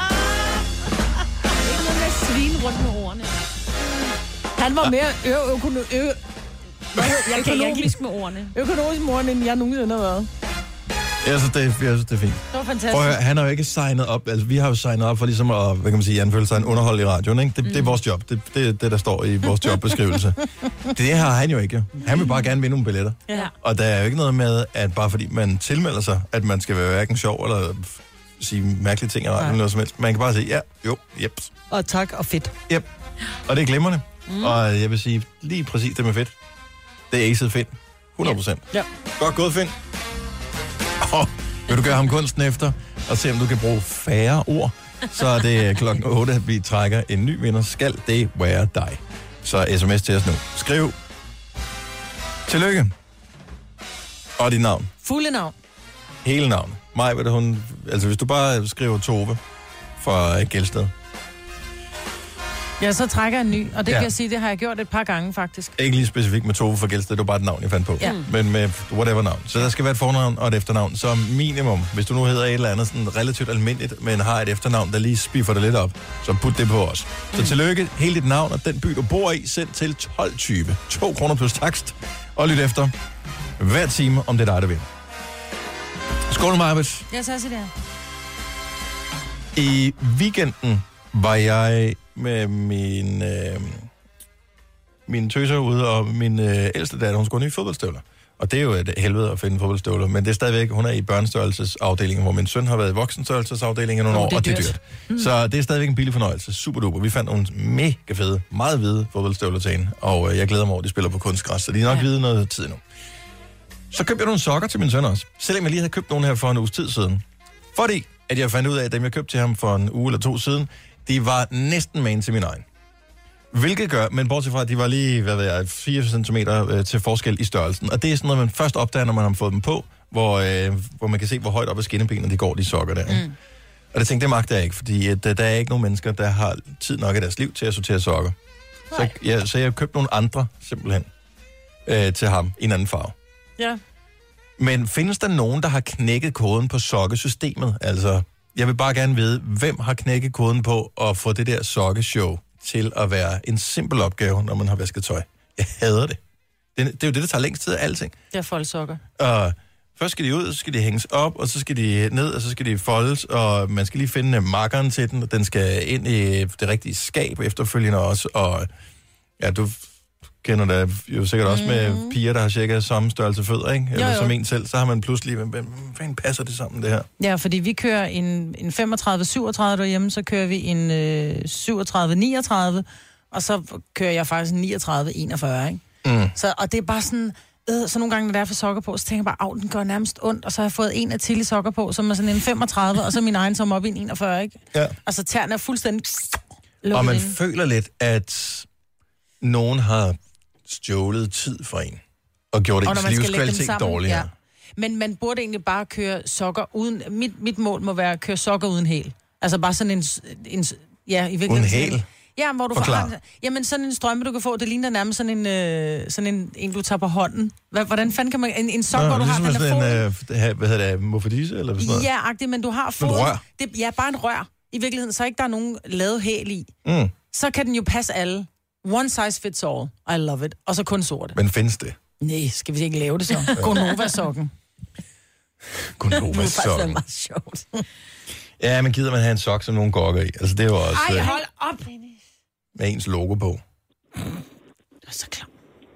noget med at svine rundt med ordene. Han var mere ø- økono- ø- Jeg kan ikke med ordene. økonomisk moren, end jeg nogensinde har været. Jeg synes, det er, jeg synes, det er fint. Det var fantastisk. Prøv at høre, han har jo ikke signet op. Altså, vi har jo signet op for ligesom at, hvad kan man sige, anfølge sig en underhold i radioen, ikke? Det, mm. det er vores job. Det, det er det, der står i vores jobbeskrivelse. Det har han jo ikke. Han vil bare gerne vinde nogle billetter. Ja. Og der er jo ikke noget med, at bare fordi man tilmelder sig, at man skal være hverken sjov eller sige mærkelige ting i radioen eller noget som helst. Man kan bare sige, ja, jo, jep. Og tak og fedt. Yep. Og det er glimrende. Mm. Og jeg vil sige, lige præcis det med fedt. Det er acet Finn. hundrede procent. Ja. Godt gået, Finn. Oh, vil du gøre ham kunsten efter, og se om du kan bruge færre ord, så er det klokken otte, at vi trækker en ny vinder. Skal det være dig? Så sms til os nu. Skriv tillykke. Og dit navn. Fulde navn. Hele navn. Maj, hvad det hun... Altså, hvis du bare skriver Tove fra Gelsted. Ja, så trækker jeg en ny, og det Ja. kan jeg sige, det har jeg gjort et par gange faktisk. Ikke lige specifikt med Tove fra Gelsted, det var bare et navn, jeg fandt på. Ja. Men med whatever navn. Så der skal være et fornavn og et efternavn. Så minimum, hvis du nu hedder et eller andet sådan relativt almindeligt, men har et efternavn, der lige spiffer det lidt op, så put det på os. Så tillykke, hele dit navn og den by, du bor i, send til tolv tyve. to kroner plus takst. Og lyt efter hver time, om det er dig, der vinder. Skål, Marbet. Jeg så siger det. I weekenden var jeg med min, øh, min tøser ude, og min øh, ældste datter, hun skulle have nye fodboldstøvler. Og det er jo et helvede at finde fodboldstøvler, men det er stadigvæk, hun er i børnestørrelsesafdelingen, hvor min søn har været i voksenstørrelsesafdelingen nogle oh, år, det og det er dyrt. Mm. Så det er stadigvæk en billig fornøjelse. Super duper. Vi fandt nogle mega fede, meget hvide fodboldstøvler til hende, og jeg glæder mig over, at de spiller på kunstgræs, så de er nok ja. hvide noget tid nu. Så købte jeg nogle sokker til min søn også, selvom jeg lige havde købt nogle her for en uges tid siden. Fordi at jeg fandt ud af, at dem jeg købte til ham for en uge eller to siden, de var næsten magen til min egen. Hvilket gør, men bortset fra, at de var lige, hvad ved jeg, fire centimeter øh, til forskel i størrelsen. Og det er sådan noget, man først opdager, når man har fået dem på, hvor, øh, hvor man kan se, hvor højt op ad skinnebenene de går, de sokker der. Mm. Og det tænkte jeg, magter jeg ikke, fordi at, der er ikke nogen mennesker, der har tid nok i deres liv til at sortere sokker. Så, ja, så jeg købte nogle andre, simpelthen, øh, til ham i en anden farve. Ja. Men findes der nogen, der har knækket koden på sokkesystemet? Altså, jeg vil bare gerne vide, hvem har knækket koden på at få det der sokkeshow til at være en simpel opgave, når man har vasket tøj. Jeg hader det. Det, det er jo det, der tager længst tid af alting. Det er foldsokker. Og først skal de ud, så skal de hænges op, og så skal de ned, og så skal de foldes, og man skal lige finde makkeren til den, og den skal ind i det rigtige skab efterfølgende også, og ja, du kender det jo sikkert også mm. med piger, der har cirka samme størrelse fødder, ikke? Eller jo, jo. Som en selv, så har man pludselig, hvad fanden passer det sammen, det her? Ja, fordi vi kører en, en femogtredive syvogtredive derhjemme, så kører vi en øh, syvogtredive niogtredive, og så kører jeg faktisk en niogtredive enogfyrre, ikke? Mm. Så, og det er bare sådan, øh, så nogle gange, når der er for sokker på, så tænker jeg bare, af, den gør nærmest ondt, og så har jeg fået en af Tilly sokker på, som er sådan en femogtredive, og så min egen, som er op i en enogfyrre, ikke? Ja. Og så tæerne er fuldstændig lukket. Og man inde. føler lidt, at nogen har stjålet tid fra en, og gjort ens livskvalitet dårligere. Ja. Men man burde egentlig bare køre sokker uden... Mit, mit mål må være at køre sokker uden hæl. Altså bare sådan en... en ja, i virkeligheden... Uden hæl? Ja, hvor du Forklar. får... Jamen sådan en strømpe, du kan få, det ligner nærmest sådan en, øh, sådan en, en du tager på hånden. Hvordan fanden kan man... En, en sok, Nå, hvor du har den der fod... En, øh, hvad hedder det? Mofadise, eller sådan noget? Ja, agtigt, men du har foden... rør? Det, ja, bare en rør. I virkeligheden, så ikke der er nogen lavet hæl i. Mm. Så kan den jo passe alle. One size fits all. I love it. Og så kun sorte. Men findes det? Nej, skal vi ikke lave det så? Gonova-sokken. Gonova-sokken. Det er faktisk meget sjovt. Ja, men gider man have en sok, som nogen gokker i? Altså, det er jo også... Ej, hold op! Med ens logo på. Det er så klart.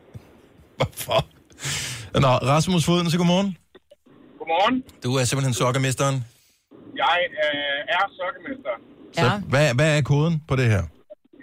Hvorfor? Nå, Rasmus Foden, så godmorgen. Godmorgen. Du er simpelthen sokkermesteren. Jeg øh, er sokkemester. Så Ja. hvad, hvad er koden på det her?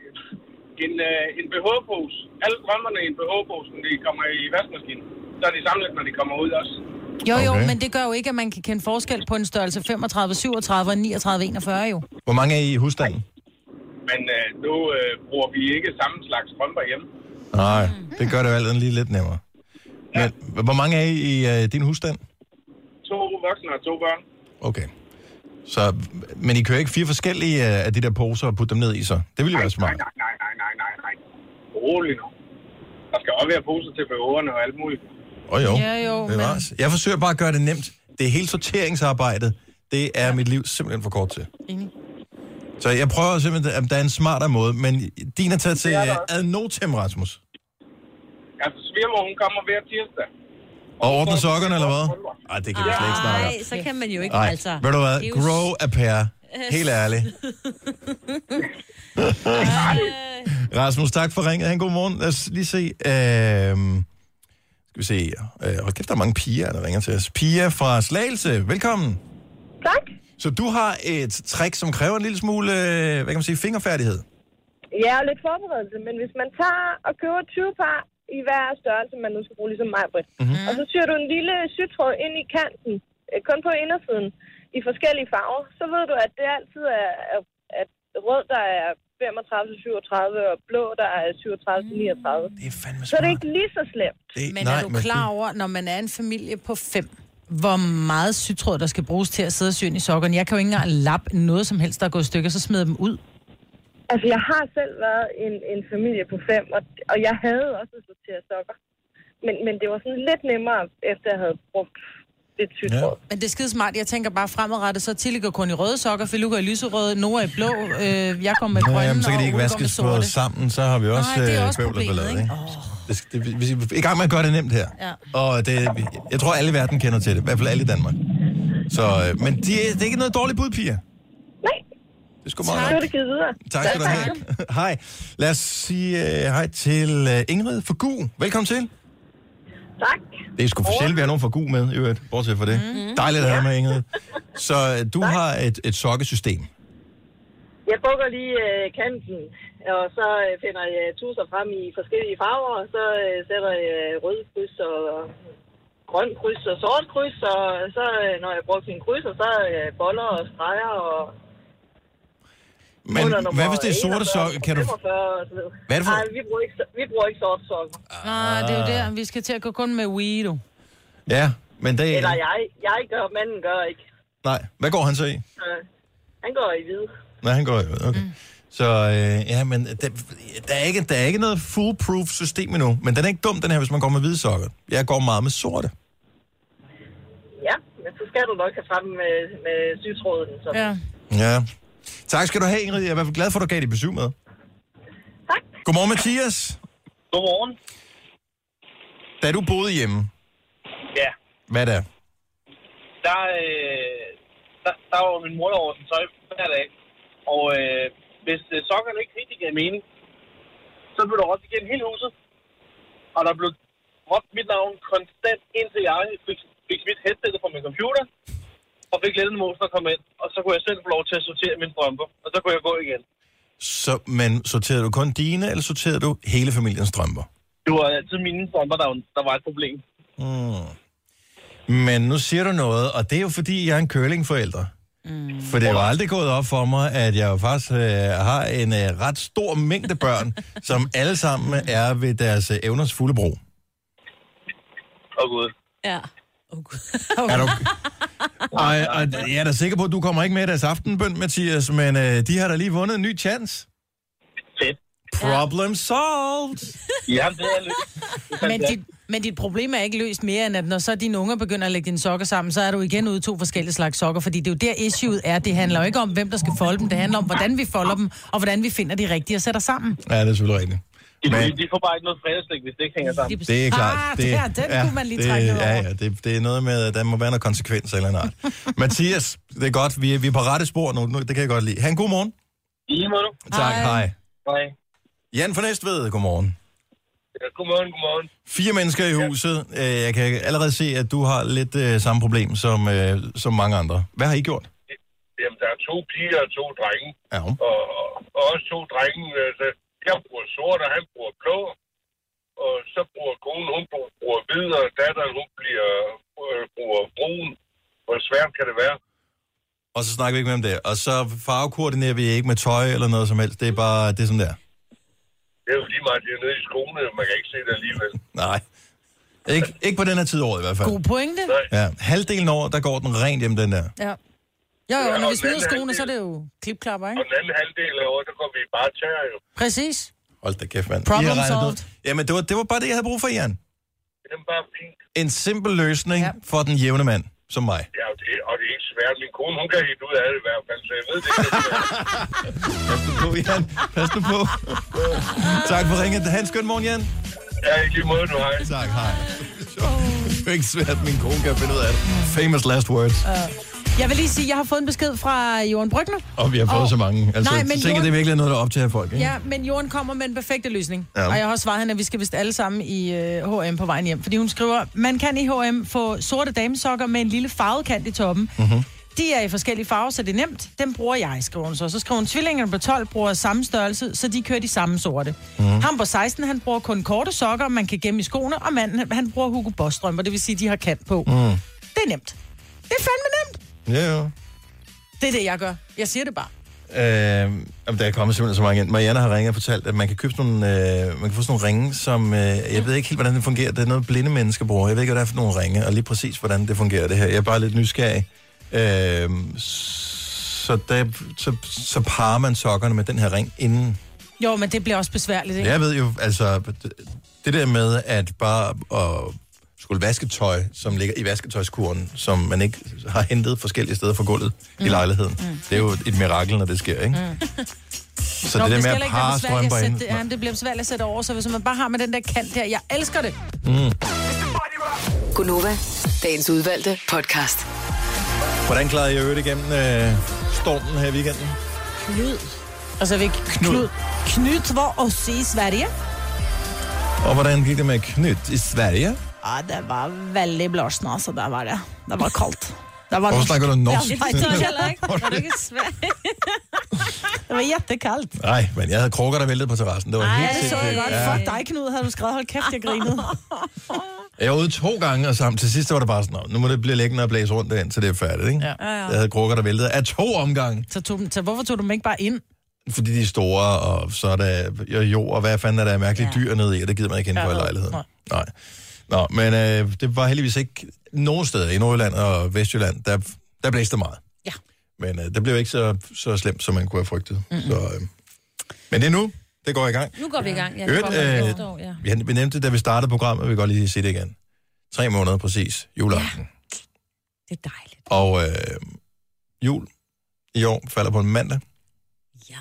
En, øh, en B H-pose. Alle drømmerne i en B H-pose, når de kommer i vaskemaskinen. Så er de samlet, når de kommer ud også. Jo, jo, Okay. men det gør jo ikke, at man kan kende forskel på en størrelse femogtredive syvogtredive og niogtredive enogfyrre jo. Hvor mange er I i husstanden? Men øh, nu øh, bruger vi ikke samme slags strømper hjemme. Nej, det gør det jo altid lige lidt nemmere. Men ja. Hvor mange er I i uh, din husstand? To voksne og to børn. Okay. Så, men I kører ikke fire forskellige uh, af de der poser og putter dem ned i så? Det ville jo være smart. Nej, nej, nej, nej, nej, nej. Rolig nu. Der skal også være poser til B H'erne og alt muligt. Åh oh, jo, Ja, jo, det men- var men... Jeg forsøger bare at gøre det nemt. Det er hele sorteringsarbejdet. Det er ja. mit liv simpelthen for kort til. Enig. Så jeg prøver simpelthen, at der er en smartere måde, men din er taget til uh, ad notem, Rasmus. Altså, svigermor, hun kommer hver tirsdag. Og ordner sokkerne, eller hvad? Ej, det kan vi slet ikke snakke om. Nej, så kan man jo ikke, Nej, altså. ved du hvad? Det er jo- Grow a pair. Helt ærligt. Rasmus, tak for ringet. Han god morgen. Lad os lige se. Øh, skal vi se. Øh, hold kæft, der er mange piger, der ringer til os. Pia fra Slagelse, velkommen. Tak. Så du har et trick, som kræver en lille smule, øh, hvad kan man sige, fingerfærdighed. Ja, og lidt forberedelse, men hvis man tager og køber tyve par i hver størrelse, man nu skal bruge ligesom mig, Britt, mm-hmm. og så syr du en lille sytråd ind i kanten, øh, kun på indersiden, i forskellige farver, så ved du, at det altid er, er at rød, der er femogtredive til syvogtredive, og blå, der er syvogtredive til niogtredive. Det er fandme smart. Så det er ikke lige så slemt. Det, Men nej, er du klar over, når man er en familie på fem, hvor meget sytråd, der skal bruges til at sidde og sy ind i sokkerne? Jeg kan jo ikke engang lappe noget som helst, der er gået i stykker, så smider dem ud. Altså, jeg har selv været en, en familie på fem, og, og jeg havde også sorteret sokker. Men, men det var sådan lidt nemmere, efter jeg havde brugt lidt sytråd. Men det er skide smart. Jeg tænker bare fremadrettet, så Tilly går kun i røde sokker, Filuka i lyserøde, Nora i blå, øh, jeg kommer med Nå, grønne, jamen, så kan de og ikke Ole går med vaskes på sorte. sammen, så har vi også, Nej, det er øh, også bøvl og problemet, ballade, ikke? ikke? Det, skal- det, vi, vi er i gang med at gøre det nemt her. Ja. Og det, jeg tror, alle i verden kender til det. I hvert fald alle i Danmark. Så, øh, men de, det er ikke noget dårligt bud, Pia. Nej, Det er sgu meget så er godt. det givet videre. Tak skal du have. Hej. Lad os sige uh, hej til uh, Ingrid fra Gu. Velkommen til. Tak. Det er sgu for sjældent, vi har nogen fra Gu med, i øvrigt, bortset fra det. Mm. Dejligt at have med, Ingrid. Så øh, du tak. har et, et sokkesystem. Jeg bukker lige øh, kanten, og så øh, finder jeg tusser frem i forskellige farver, og så øh, sætter jeg rød kryds og grøn kryds og sort kryds, og så øh, når jeg bruger mine krydser, så øh, boller og streger og... Men hvad hvis det er sorte sokker? Kan du... Hvad er det for... Nej, vi bruger ikke, vi bruger ikke sorte sokker. Nej, det er jo der. Vi skal til at gå kun med weed, du. Ja, men det... Eller jeg, jeg gør, manden gør ikke. Nej, hvad går han så i? Uh, han går i hvid. Nej, han går i hvid, okay. Mm. Så øh, ja, men der, der, er ikke, der er ikke noget foolproof system endnu. Men den er ikke dum, den her, hvis man går med hvide sokker. Jeg går meget med sorte. Ja, men så skal du nok have frem med, med sygtråden. Så. Ja. Ja. Tak skal du have, Ingrid. Jeg er i hvert fald glad for, at du gav dit besøg med. Tak. Godmorgen, Mathias. Godmorgen. Da du boede hjemme. Ja. Hvad der? Der, øh, der, der var min mor over sin tøj hver dag. Og øh, hvis øh, sokkerne ikke rigtig gav mening, så blev der råbt igen hele huset. Og der blev råbt mit navn konstant, indtil jeg fik, fik mit headset fra min computer. Og fik lidt en moster at komme ind. Og så kunne jeg selv få lov til at sortere mine strømper. Og så kunne jeg gå igen. Så, men sorterede du kun dine, eller sorterede du hele familiens strømper? Det var altid mine strømper, der, der var et problem. Mm. Men nu siger du noget, og det er jo fordi, jeg er en curlingforælder. Mm. For det er jo aldrig gået op for mig, at jeg jo faktisk øh, har en øh, ret stor mængde børn, som alle sammen er ved deres øh, evners fulde brug. Åh, Gud. Ja. Er du... og, og jeg er da sikker på, at du kommer ikke med i deres aftenbøn, Mathias, men øh, de har da lige vundet en ny chance. Fedt. Problem solved! Ja, det er løst. Men dit, men dit problem er ikke løst mere, end at når så dine unger begynder at lægge dine sokker sammen, så er du igen ude i to forskellige slags sokker, fordi det er jo der issueet er. Det handler jo ikke om, hvem der skal folde dem. Det handler om, hvordan vi folder dem, og hvordan vi finder de rigtige og sætter sammen. Ja, det er selvfølgelig rigtigt. De, men... de får bare ikke noget fredagslæg, hvis det ikke hænger sammen. Det er klart. Ah, det, det er, den ja, kunne man lige det, trække over. Ja, ja, det, det er noget med, at der må være noget konsekvens eller noget. Mathias, det er godt. Vi er, vi er på rette spor nu. Det kan jeg godt lide. Ha' en god morgen. I lige måde. Tak, hej. Hej. Jan fra Næstved, godmorgen. Ja, godmorgen, godmorgen. Fire mennesker i huset. Jeg kan allerede se, at du har lidt uh, samme problem som, uh, som mange andre. Hvad har I gjort? Jamen, der er to piger og to drenge. Ja. Og, og også to drenge. Altså, jeg bruger sort, og han bruger blå. Og så bruger konen, hun bruger hvid, og datteren, hun bliver, øh, bruger brun. Hvor svært kan det være? Og så snakker vi ikke mere om det. Og så farvekoordinerer vi ikke med tøj eller noget som helst. Det er bare det er sådan der. Det er jo lige meget, det er nede i skoene, man kan ikke se det alligevel. Nej. Ikke, ikke på den her tid af året i hvert fald. God pointe. Ja, halvdelen over, der går den rent hjem, den der. Ja. Jo, jo, når vi smider skoene, så er det jo klipklapper, ikke? Og den anden halvdel af året, der går vi bare tærer jo. Præcis. Hold da kæft, mand. Problem solved. Jamen, det var, det var bare det, jeg havde brug for, Jan. Det er bare fint. En simpel løsning ja. for den jævne mand, som mig. Ja, og det, og det er ikke svært. Min kone, hun kan helt ud af det i hvert fald, så jeg ved det ikke. Pas nu på, Jan. Pas nu på. Tak for ringet. Ha' en skøn morgen, Jan. Ja, i lige måde, du har. Tak, hej. Det er ikke svært, min kone kan finde ud af det. Famous last words. Uh. Jeg vil lige sige, at jeg har fået en besked fra Jorden Brygner. Og vi har fået og... så mange. Altså, nej, men tænker, Jorden... det er virkelig noget, der optager folk, ikke? Ja, men Jorden kommer med en perfekte løsning. Ja. Og jeg har også svaret hende, at vi skal vist alle sammen i uh, H og M på vejen hjem. Fordi hun skriver, man kan i H og M få sorte damesokker med en lille farvet kant i toppen. Mm-hmm. De er i forskellige farver, så det er nemt. Dem bruger jeg, skriver hun så. Så skriver hun, tvillingerne på tolv bruger samme størrelse, så de kører de samme sorte. Mm-hmm. Ham på seksten, han bruger kun korte sokker, man kan gemme i skoene, og manden, han bruger Hugo Boss strømper, det vil sige, de har kant på. Mm. Det er nemt. Det er fandme nemt. Ja, jo. Det er det, jeg gør. Jeg siger det bare. Øh, der er kommet simpelthen så mange ind. Marianne har ringet og fortalt, at man kan købe sådan nogle, øh, man kan få sådan nogle ringe, som, øh, jeg ved ikke helt, hvordan det fungerer. Det er noget, blinde mennesker bruger. Jeg ved ikke, hvad det er for nogle ringe, og lige præcis, hvordan det fungerer, det her. Jeg er bare lidt nysgerrig. Øh, så, der, så, så parer man sokkerne med den her ring inden. Jo, men det bliver også besværligt, ikke? Jeg ved jo, altså, det der med, at bare at skulle vaske tøj, som ligger i vasketøjskurven, som man ikke har hentet forskellige steder fra gulvet mm. i lejligheden. Mm. Det er jo et mirakel, når det sker, ikke? Mm. Så Nå, det der det med at parre strømper ind. Det, ja, det bliver svært at sætte over, så hvis man bare har med den der kant der, jeg elsker det. Mm. Gunova, dagens udvalgte podcast. Hvordan klarede jeg øvrigt igennem øh, stormen her i weekenden? Knud. Altså, vi Knud. Knud var også i Sverige. Og hvordan gik det med Knud i Sverige? Ja, det var veldig blåsende, altså, der var det. Det var koldt. Det var Hvorfor snakker du norsk? Jeg forstår heller ikke. Var det ikke svært? Det var jättekaldt. Nej, men jeg havde krukker, der væltede på terrassen. Det var Ej, helt Det så jeg sindssygt. godt. Ja. Fuck dig, Knud, havde du skrevet. Hold kæft, jeg grinede. Jeg var ude to gange, og sammen til sidst var det bare sådan, "Nå, nu må det blive liggende og blæse rundt derind, så det er færdigt, ikke? Ja. Ja, ja. Jeg havde krukker, der væltede af to omgange, Så, tog, dem- så hvorfor tog du dem ikke bare ind? fordi de er store, og så er der jo, og hvad fanden er der mærkelige Ja. dyr nede i, og det gider man ikke kende Ja, på i nej. lejligheden. Nej. Nej. Nå, men øh, det var heldigvis ikke nogen steder i Nordjylland og Vestjylland, der, der blæste meget. Ja. Men øh, det blev ikke så, så slemt, som man kunne have frygtet. Mm-hmm. Så, øh, men det er nu, det går i gang. Nu går vi i gang. Ja, Øvrigt, det kommer øh, næste år, ja. Vi har- vi nævnte det, da vi startede programmet, vi kan godt lige se det igen. Tre måneder præcis, juleaften. Det er dejligt. Og øh, jul i år falder på en mandag. Ja.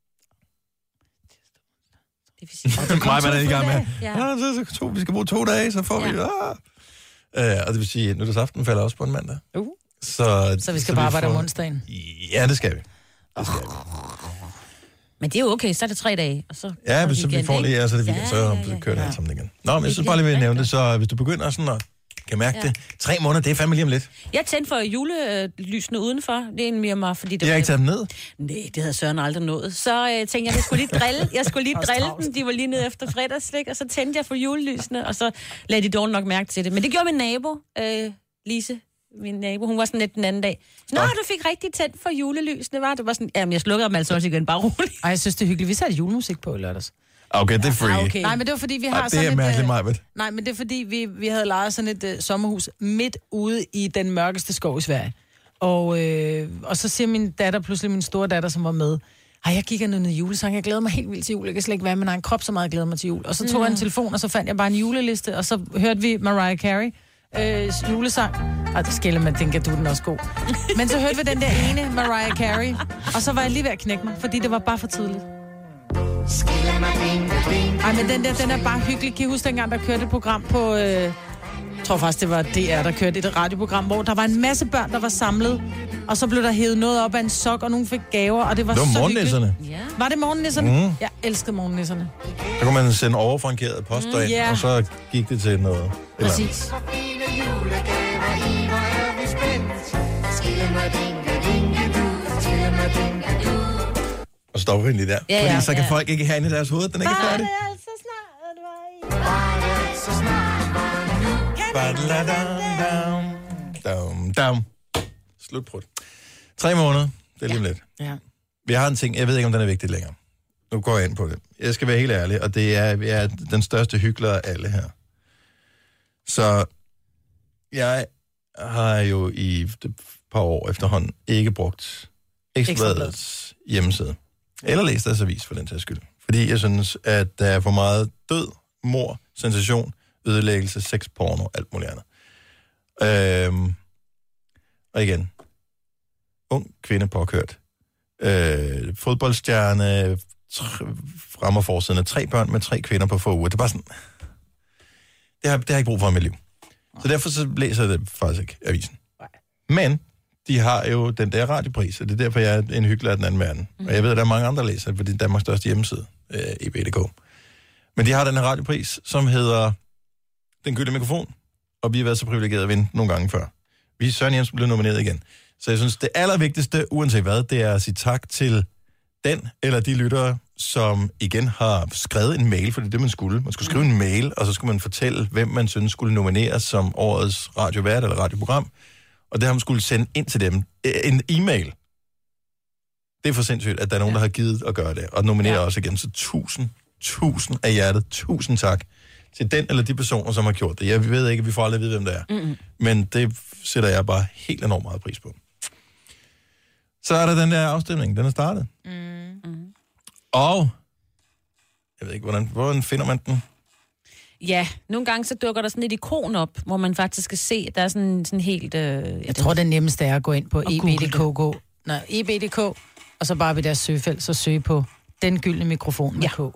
Det vil sige, Mig var der i gang med. Ja. Ja, så, så to, vi skal bruge to dage, så får vi... Ja. Ah. Øh, og det vil sige, at nytårsaften falder også på en mandag. Uh. Så, Så vi skal bare arbejde får- om onsdagen. Ja, det skal vi. Det skal vi. Men det er jo okay, så er det tre dage, og så... Ja, så hvis så vi weekend, får lige, ikke? ja, så er det Ja, weekend, så ja, ja, kører det ja. alt sammen igen. Nå, men jeg Det synes bare lige, bliver vi nævne det, rigtig så hvis du begynder sådan at kan mærke Ja. det. Tre måneder, det er fandme lige om lidt. Jeg tændte for julelysene udenfor. Det er en mere mig, fordi det Jeg har ikke taget dem ned. Nej, det havde Søren aldrig nået. Så øh, tænkte jeg, at jeg skulle lige drille, jeg skulle lige drille dem. De var lige nede efter fredagsslik, og så tændte jeg for julelysene, og så lagde de dårligt nok mærke til det. Men det gjorde min nabo, øh, Lise, min nabo. Hun var sådan lidt den anden dag. Nå, du fik rigtig tændt for julelysene, var det? Var sådan, jamen, jeg slukkede dem altså også igen, bare roligt. Ej, jeg synes, det er hyggeligt. Vi satte julemusik på i lørdags. Okay, det er free. Ah, okay. Nej, men det var fordi, vi har Ej, det sådan er et... mærkeligt, øh, Majbet. Nej, men det er fordi, vi, vi havde lejet sådan et uh, sommerhus midt ude i den mørkeste skov i Sverige. Og, øh, og så siger min datter, pludselig min store datter, som var med, ej, jeg gik og noget julesang, jeg glæder mig helt vildt til jul, jeg kan slet ikke være med min egen krop, så meget jeg glæder mig til jul. Og så tog jeg en telefon, og så fandt jeg bare en juleliste, og så hørte vi Mariah Carey øh, julesang. Ej, det skælder man, den kan du den også god. Men så hørte vi den der ene Mariah Carey, og så var jeg lige ved at knække mig, fordi det var bare for tidligt. Ej, men den der, den er bare hyggelig. Kan I huske dengang, der kørte et program på... Øh, jeg tror faktisk, det var D R, der kørte et radioprogram, hvor der var en masse børn, der var samlet, og så blev der hævet noget op af en sok, og nogen fik gaver, og det var, Det var så morgennisserne. hyggeligt. Ja. Var det morgennisserne? Mm. Jeg elskede morgennisserne. Så kunne man sende overfrankeret post Mm, derind, ja. og så gik det til noget. Eller andet. Præcis. Og så stopper vi lige der. Ja, Fordi ja, så kan ja. folk ikke have i deres hoved, den er ikke færdig. altså snart, Badladam, dam, dam. Slutbrud. Tre måneder, det er lige om lidt. Ja. Vi har en ting, jeg ved ikke, om den er vigtig længere. Nu går jeg ind på det. Jeg skal være helt ærlig, og det er, jeg er den største hyggelig af alle her. Så jeg har jo i et par år efterhånden ikke brugt Ekstrabladets hjemmeside. Eller læst deres avis, for den tages skyld. Fordi jeg synes, at der er for meget død, mor, sensation, ødelæggelse, sex, porno, alt muligt andet. Øhm, og igen, ung kvinde påkørt. Øh, fodboldstjerne, rammer forsiden af tre børn med tre kvinder på få uger. Det er bare sådan, det har, det har jeg ikke brug for i mit liv. Så derfor så læser jeg det faktisk ikke, avisen. Men de har jo den der radiopris, og det er derfor, jeg er en hyggelig af den anden verden. Mm. Og jeg ved, at der er mange andre læsere, for det er Danmarks største hjemmeside, øh, E B punktum d k. Men de har den her radiopris, som hedder Den Gyldne Mikrofon, og vi har været så privilegerede at vinde nogle gange før. Vi er Søren Jensen blevet nomineret igen. Så jeg synes, det allervigtigste, uanset hvad, det er at sige tak til den eller de lyttere, som igen har skrevet en mail, for det er det, man skulle. Man skulle skrive en mail, og så skulle man fortælle, hvem man synes skulle nomineres som årets radiovært eller radioprogram. Og det har man skulle sende ind til dem. En e-mail. Det er for sindssygt, at der er nogen, ja. der har givet at gøre det. Og nominere ja. også igen. Så tusind, tusind af hjertet. Tusind tak til den eller de personer, som har gjort det. Jeg ved ikke, vi får aldrig at vide, hvem det er. Mm-hmm. Men det sætter jeg bare helt enormt meget pris på. Så er der den der afstemning. Den er startet. Mm-hmm. Og jeg ved ikke, hvordan, hvordan finder man den? Ja, nogle gange så dukker der sådan et ikon op, hvor man faktisk kan se, at der er sådan, sådan helt... Øh, jeg Jeg tror, det nemmeste er at gå ind på e b google punktum d k, gå, nej, e b punktum d k, og så bare ved deres søgefelt, så søge på Den Gyldne Mikrofon med Ja. K.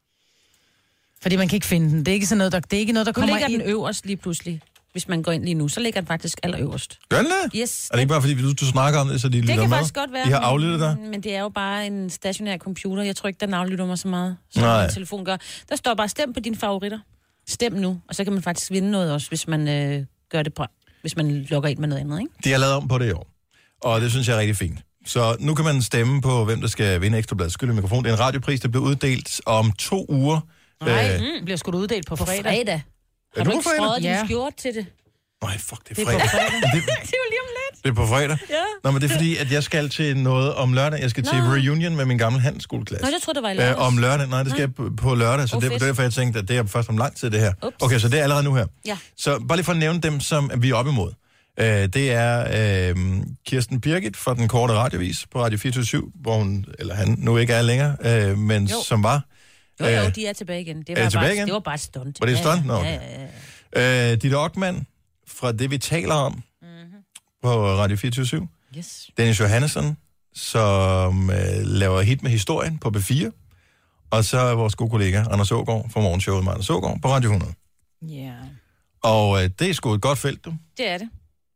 Fordi man kan ikke finde den. Det er ikke sådan noget, der, det er ikke noget, der Nu kommer ligger ind. den øverst lige pludselig. Hvis man går ind lige nu, så ligger den faktisk allerøverst. Gør den det? Yes. Er det ikke bare, fordi du, du snakker om det, så de lytter Det med? kan faktisk godt være. De har aflyttet dig? Men, men det er jo bare en stationær computer. Jeg tror ikke, den aflytter mig så meget, som Nej. min telefon gør. Der står bare, stem på dine favoritter. Stem nu, og så kan man faktisk vinde noget også, hvis man øh, gør det på, hvis man logger ind med noget andet, ikke? De har lavet om på det i år, og det synes jeg er rigtig fint. Så nu kan man stemme på, hvem der skal vinde Ekstrabladets Gyldne Mikrofon. Det er en radiopris, der bliver uddelt om to uger. Nej, øh, mm, bliver sgu da uddelt på, på fredag. fredag. Har er du du ikke strøget din ja. skjort til det? Nej, fuck, det er Det er fredag. på fredag. det, det er jo lige om lidt. det er på fredag? Ja. Nå, men det er fordi, at jeg skal til noget om lørdag. Jeg skal Nå. til reunion med min gamle handelsskoleklasse. Nå, jeg troede, det var i lørdag. Øh, om lørdag. Nej, det skal jeg på lørdag, så oh, det er derfor, jeg tænkte, at det er først om lang tid, det her. Ups. Okay, så det er allerede nu her. Ja. Så bare lige for at nævne dem, som vi er op imod. Uh, det er uh, Kirsten Birgit fra den korte radiovis på Radio fireogtyve syv, hvor hun, eller han nu ikke er længere, uh, men jo. som var. Jo, jo, de er tilbage igen. Det var, bare, igen? Det var bare et stunt. Var det et stunt? Nå, okay. Ja, ja, ja. Uh, Ditte Okman fra Det, vi taler om mm-hmm. på Radio fireogtyve syv. Yes. Dennis Johannesson, som uh, laver hit med historien på B fire. Og så er vores gode kollega Anders Ågaard fra morgenshowet med Anders Ågaard på Radio hundrede. Ja. Yeah. Og uh, det er sgu et godt felt, du. Det er det.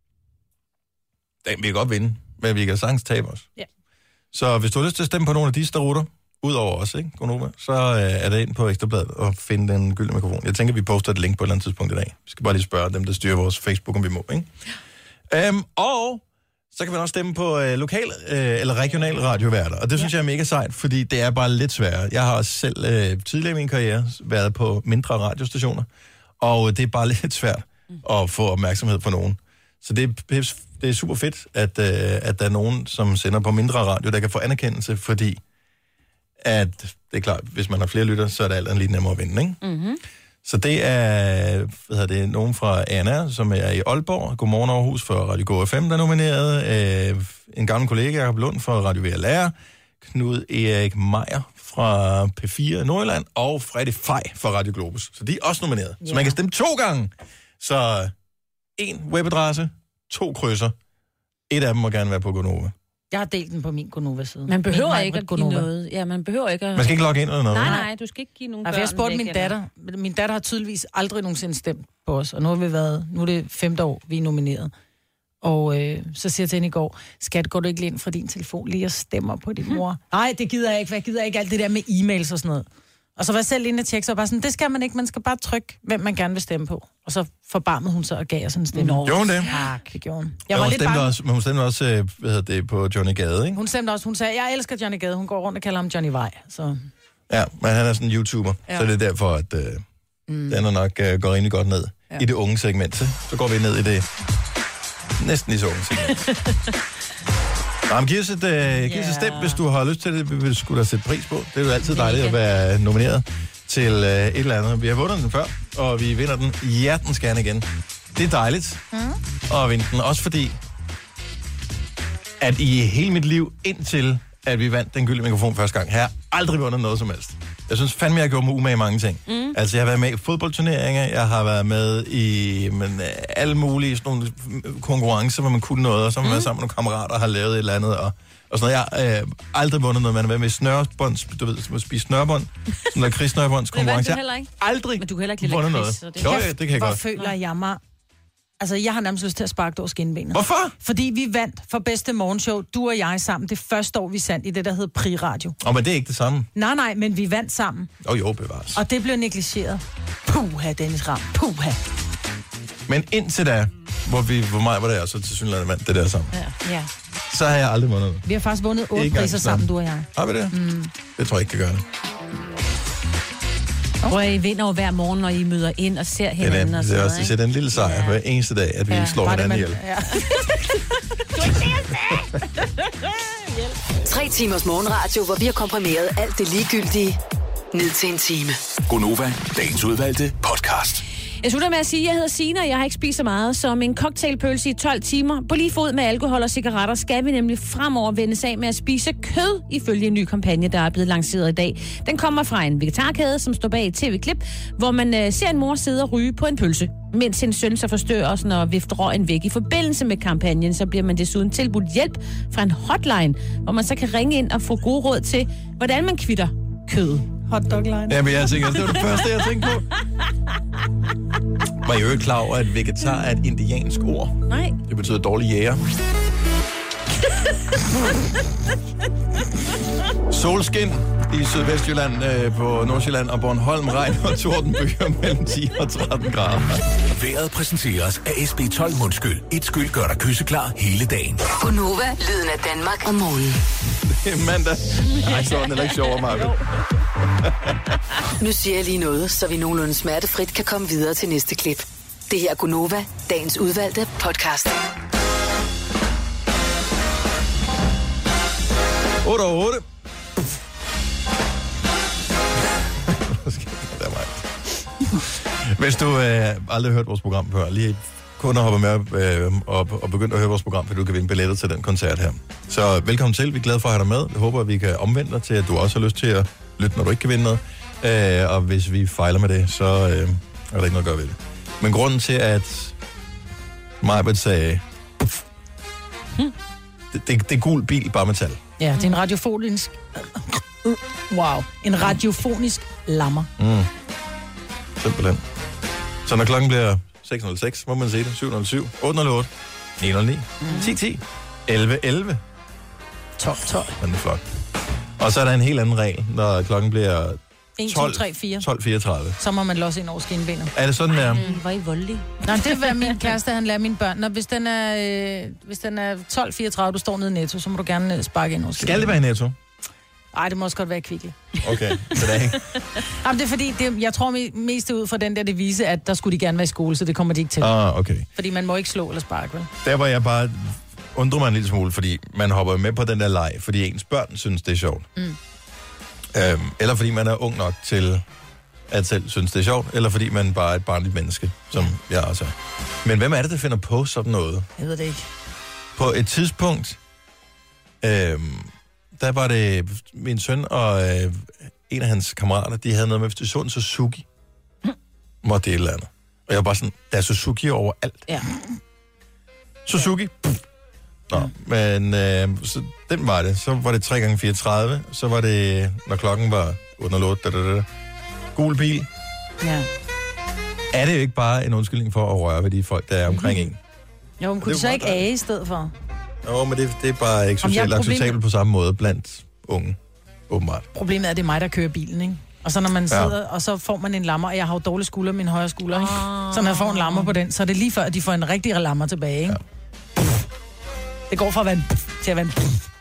Den vi kan godt vinde, men vi kan sagtens tabe os. Ja. Så hvis du har lyst til at stemme på nogle af disse derutter, udover os, ikke, Gonova, så øh, er det ind på Ekstrabladet og finde den gyldne mikrofon. Jeg tænker, vi poster et link på et eller andet tidspunkt i dag. Vi skal bare lige spørge dem, der styrer vores Facebook, om vi må, ikke? Um, og så kan man også stemme på øh, lokal øh, eller regional radioværter, og det synes ja. jeg er mega sejt, fordi det er bare lidt sværere. Jeg har også selv øh, tidligere i min karriere været på mindre radiostationer, og det er bare lidt svært mm. at få opmærksomhed fra nogen. Så det er, det er super fedt, at, øh, at der er nogen, som sender på mindre radio, der kan få anerkendelse, fordi at det er klart, hvis man har flere lytter, så er det alt andet lige nemmere at vinde, ikke? Mm-hmm. Så det er, hvad hedder det, nogen fra A N R, som er i Aalborg. Godmorgen Aarhus for Radio Go F M, der er nomineret. Øh, en gammel kollega, Jacob Lund fra Radio V L R. Knud Erik Meier fra P fire Nordjylland. Og Freddy Fej fra Radio Globus. Så de er også nomineret. Yeah. Så man kan stemme to gange. Så en webadresse, to krydser. Et af dem må gerne være på Gonova. Jeg har delt den på min Gonova-side. Man behøver min ikke at give noget. Ja, man behøver ikke at... Man skal ikke logge ind eller noget. Nej, nej, du skal ikke give nogen børn. Jeg har spurgt min datter. Min datter har tydeligvis aldrig nogensinde stemt på os. Og nu har vi været... Nu er det femte år, vi er nomineret. Og øh, så siger jeg til hende i går, skat, går du ikke lige ind fra din telefon lige og stemmer på din mor? Nej, det gider jeg ikke, for jeg gider ikke alt det der med e-mails og sådan noget. Og så var jeg selv inde og tjekke, så var bare sådan, det skal man ikke, man skal bare trykke, hvem man gerne vil stemme på. Og så forbarmede hun sig og gav sådan en stemme. Gjorde hun det? Tak, det gjorde hun. Jeg ja, var hun lidt stemte bange. også, men hun stemte også, hvad hedder det, på Johnny Gade, ikke? Hun stemte også, hun sagde, jeg elsker Johnny Gade, hun går rundt og kalder ham Johnny Vej, så... Ja, men han er sådan en YouTuber, ja. Så det er derfor, at øh, mm. den er nok øh, går rimelig godt ned ja. i det unge segment. Så, så går vi ned i det næsten lige så unge segment. Nå, giv os et, øh, giv os et stem, hvis du har lyst til det. Vi vil sgu da sætte pris på. Det er jo altid dejligt at være nomineret til øh, et eller andet. Vi har vundet den før, og vi vinder den hjertens gerne igen. Det er dejligt mm. at vinde den. Også fordi, at i hele mit liv, indtil at vi vandt den gyldne mikrofon første gang, har jeg aldrig vundet noget som helst. Jeg synes fandme, jeg har gjort mig umage i mange ting. Mm. Altså, jeg har været med i fodboldturneringer, jeg har været med i men, alle mulige sådan nogle konkurrencer, hvor man kunne noget, og så har man mm. været sammen med nogle kammerater og har lavet et eller andet, og, og sådan noget. Jeg har øh, aldrig vundet noget, man har været med i snørbånd, du ved, at spise snørbånd, sådan noget krigssnørbåndskonkurrence. Det vandt du heller ikke. Aldrig Men du kan heller ikke lide vundet noget. Det. Jo, ja, det kan jeg Hvor godt. føler jeg mig... Altså, jeg har nærmest lyst til at sparke det over skinbenet. Hvorfor? Fordi vi vandt for bedste morgenshow, du og jeg sammen, det første år, vi sandt i det, der hed Pri Radio. Åh, men det er ikke det samme. Nej, nej, men vi vandt sammen. Åh, oh, jo, bevares. Og det blev negligeret. Puha, Dennis Ram. Puha. Men indtil da, hvor, vi, hvor meget var det, og så til synligheden vandt det der sammen, ja. ja. så har jeg aldrig vundet. Vi har faktisk vundet otte priser sammen, du og jeg. Har vi det? Mm. Det tror jeg ikke kan gøre det. Og I vinder jo hver morgen, når I møder ind og ser hinanden. Det er, og det er også, det er en lille sejr ja. hver eneste dag, at vi ja, slår hinanden ihjel. Ja. Du ikke se Tre timers morgenradio, hvor vi har komprimeret alt det ligegyldige ned til en time. Gonova, dagens udvalgte podcast. Jeg slutter med at sige, at jeg hedder Signe, og jeg har ikke spist så meget som en cocktailpølse i tolv timer. På lige fod med alkohol og cigaretter skal vi nemlig fremover vende af med at spise kød, ifølge en ny kampagne, der er blevet lanceret i dag. Den kommer fra en vegetarkæde, som står bag et tv-klip, hvor man øh, ser en mor sidde og ryge på en pølse. Mens sin søn så forstørrer os, når vifter røgen væk. I forbindelse med kampagnen, så bliver man desuden tilbudt hjælp fra en hotline, hvor man så kan ringe ind og få gode råd til, hvordan man kvitter kød. Hotdogline. Ja, men jeg tænker, det var det første, jeg tænkte på. Var I jo ikke klar over, at vegetar er et indiansk ord? Nej. Det betyder dårlig jæger. Solskin i Sydvestjylland, øh, på Nordsjælland og Bornholm, regn og tordenbyer mellem ti og tretten grader. Vejret præsenteres af S B tolv Mundskyld. Et skyld gør dig kysseklar hele dagen. Gunova, lyden af Danmark om morgenen. Det er mandag. Ej, så er den heller ikke sjovere, Marve. Nu siger jeg lige noget, så vi nogenlunde smertefrit kan komme videre til næste klip. Det her er Gunova, dagens udvalgte podcast. otte og otte. Hvis du øh, aldrig har hørt vores program før, lige kun har hoppet med øh, og, og begyndt at høre vores program, for du kan vinde billetter til den koncert her. Så velkommen til. Vi er glade for at have dig med. Jeg håber, at vi kan omvende dig til, at du også har lyst til at lytte, når du ikke kan vinde noget. Øh, og hvis vi fejler med det, så øh, er der ikke noget at gøre ved det. Men grunden til, at Majbert sagde, hmm. det, det, det er gul bil, bare metal. Ja, det er en radiofonisk... Wow. En radiofonisk lammer. Mm. Simpelthen. Så når klokken bliver seks nul seks, må man sige det. syv nul syv, otte nul otte, ni nul ni, mm. ti ti, elleve elleve, tolv tolv. Men det er flot. Og så er der en helt anden regel, når klokken bliver tolv fireogtredive. Så må man låse ind over skinbenet. Er det sådan, der? Mm, hvor er I voldelige? Nej, det er, hvad min kæreste, han lærer mine børn. Når, hvis den er, øh, hvis den er tolv fireogtredive, du står nede i Netto, så må du gerne sparke ind over skinbenet. Skal det være i Netto? Nej, det må også godt være Kvickly. Okay, så det er ikke. Jamen, det er fordi, det, jeg tror mest ud fra den der devise, at der skulle de gerne være i skole, så det kommer de ikke til. Ah, okay. Fordi man må ikke slå eller sparke, vel? Der var jeg bare undrer mig en lille smule, fordi man hopper med på den der leg, fordi ens børn synes, det er sjovt. Mm. Øhm, eller fordi man er ung nok til at selv synes, det er sjovt, eller fordi man bare er et barnligt menneske, som ja. jeg også er. Men hvem er det, der finder på sådan noget? Jeg ved det ikke. På et tidspunkt, øhm, der var det min søn og øh, en af hans kammerater, de havde noget med, hvis de så en Suzuki, var det et eller andet. Og jeg var bare sådan, der er Suzuki overalt. Ja. Suzuki. Nå, men øh, så den var det. Så var det tre gange fireogtredive. Så var det, når klokken var otte nul otte, da, da, da. Gul bil. Ja. Er det jo ikke bare en undskyldning for at røre ved de folk, der er omkring en? Jo, men kunne du så ikke age i stedet for? Jo, men det, det er bare ikke socialt acceptabelt på samme måde blandt unge, åbenbart. Problemet er, at det er mig, der kører bilen, ikke? Og så når man sidder, ja. og så får man en lammer, og jeg har jo dårlig skulder, min højre skulder, ikke? Oh. Så når jeg får en lammer på den, så er det lige før, at de får en rigtig lammer tilbage, ikke? Ja. Det går fra at være en til at være en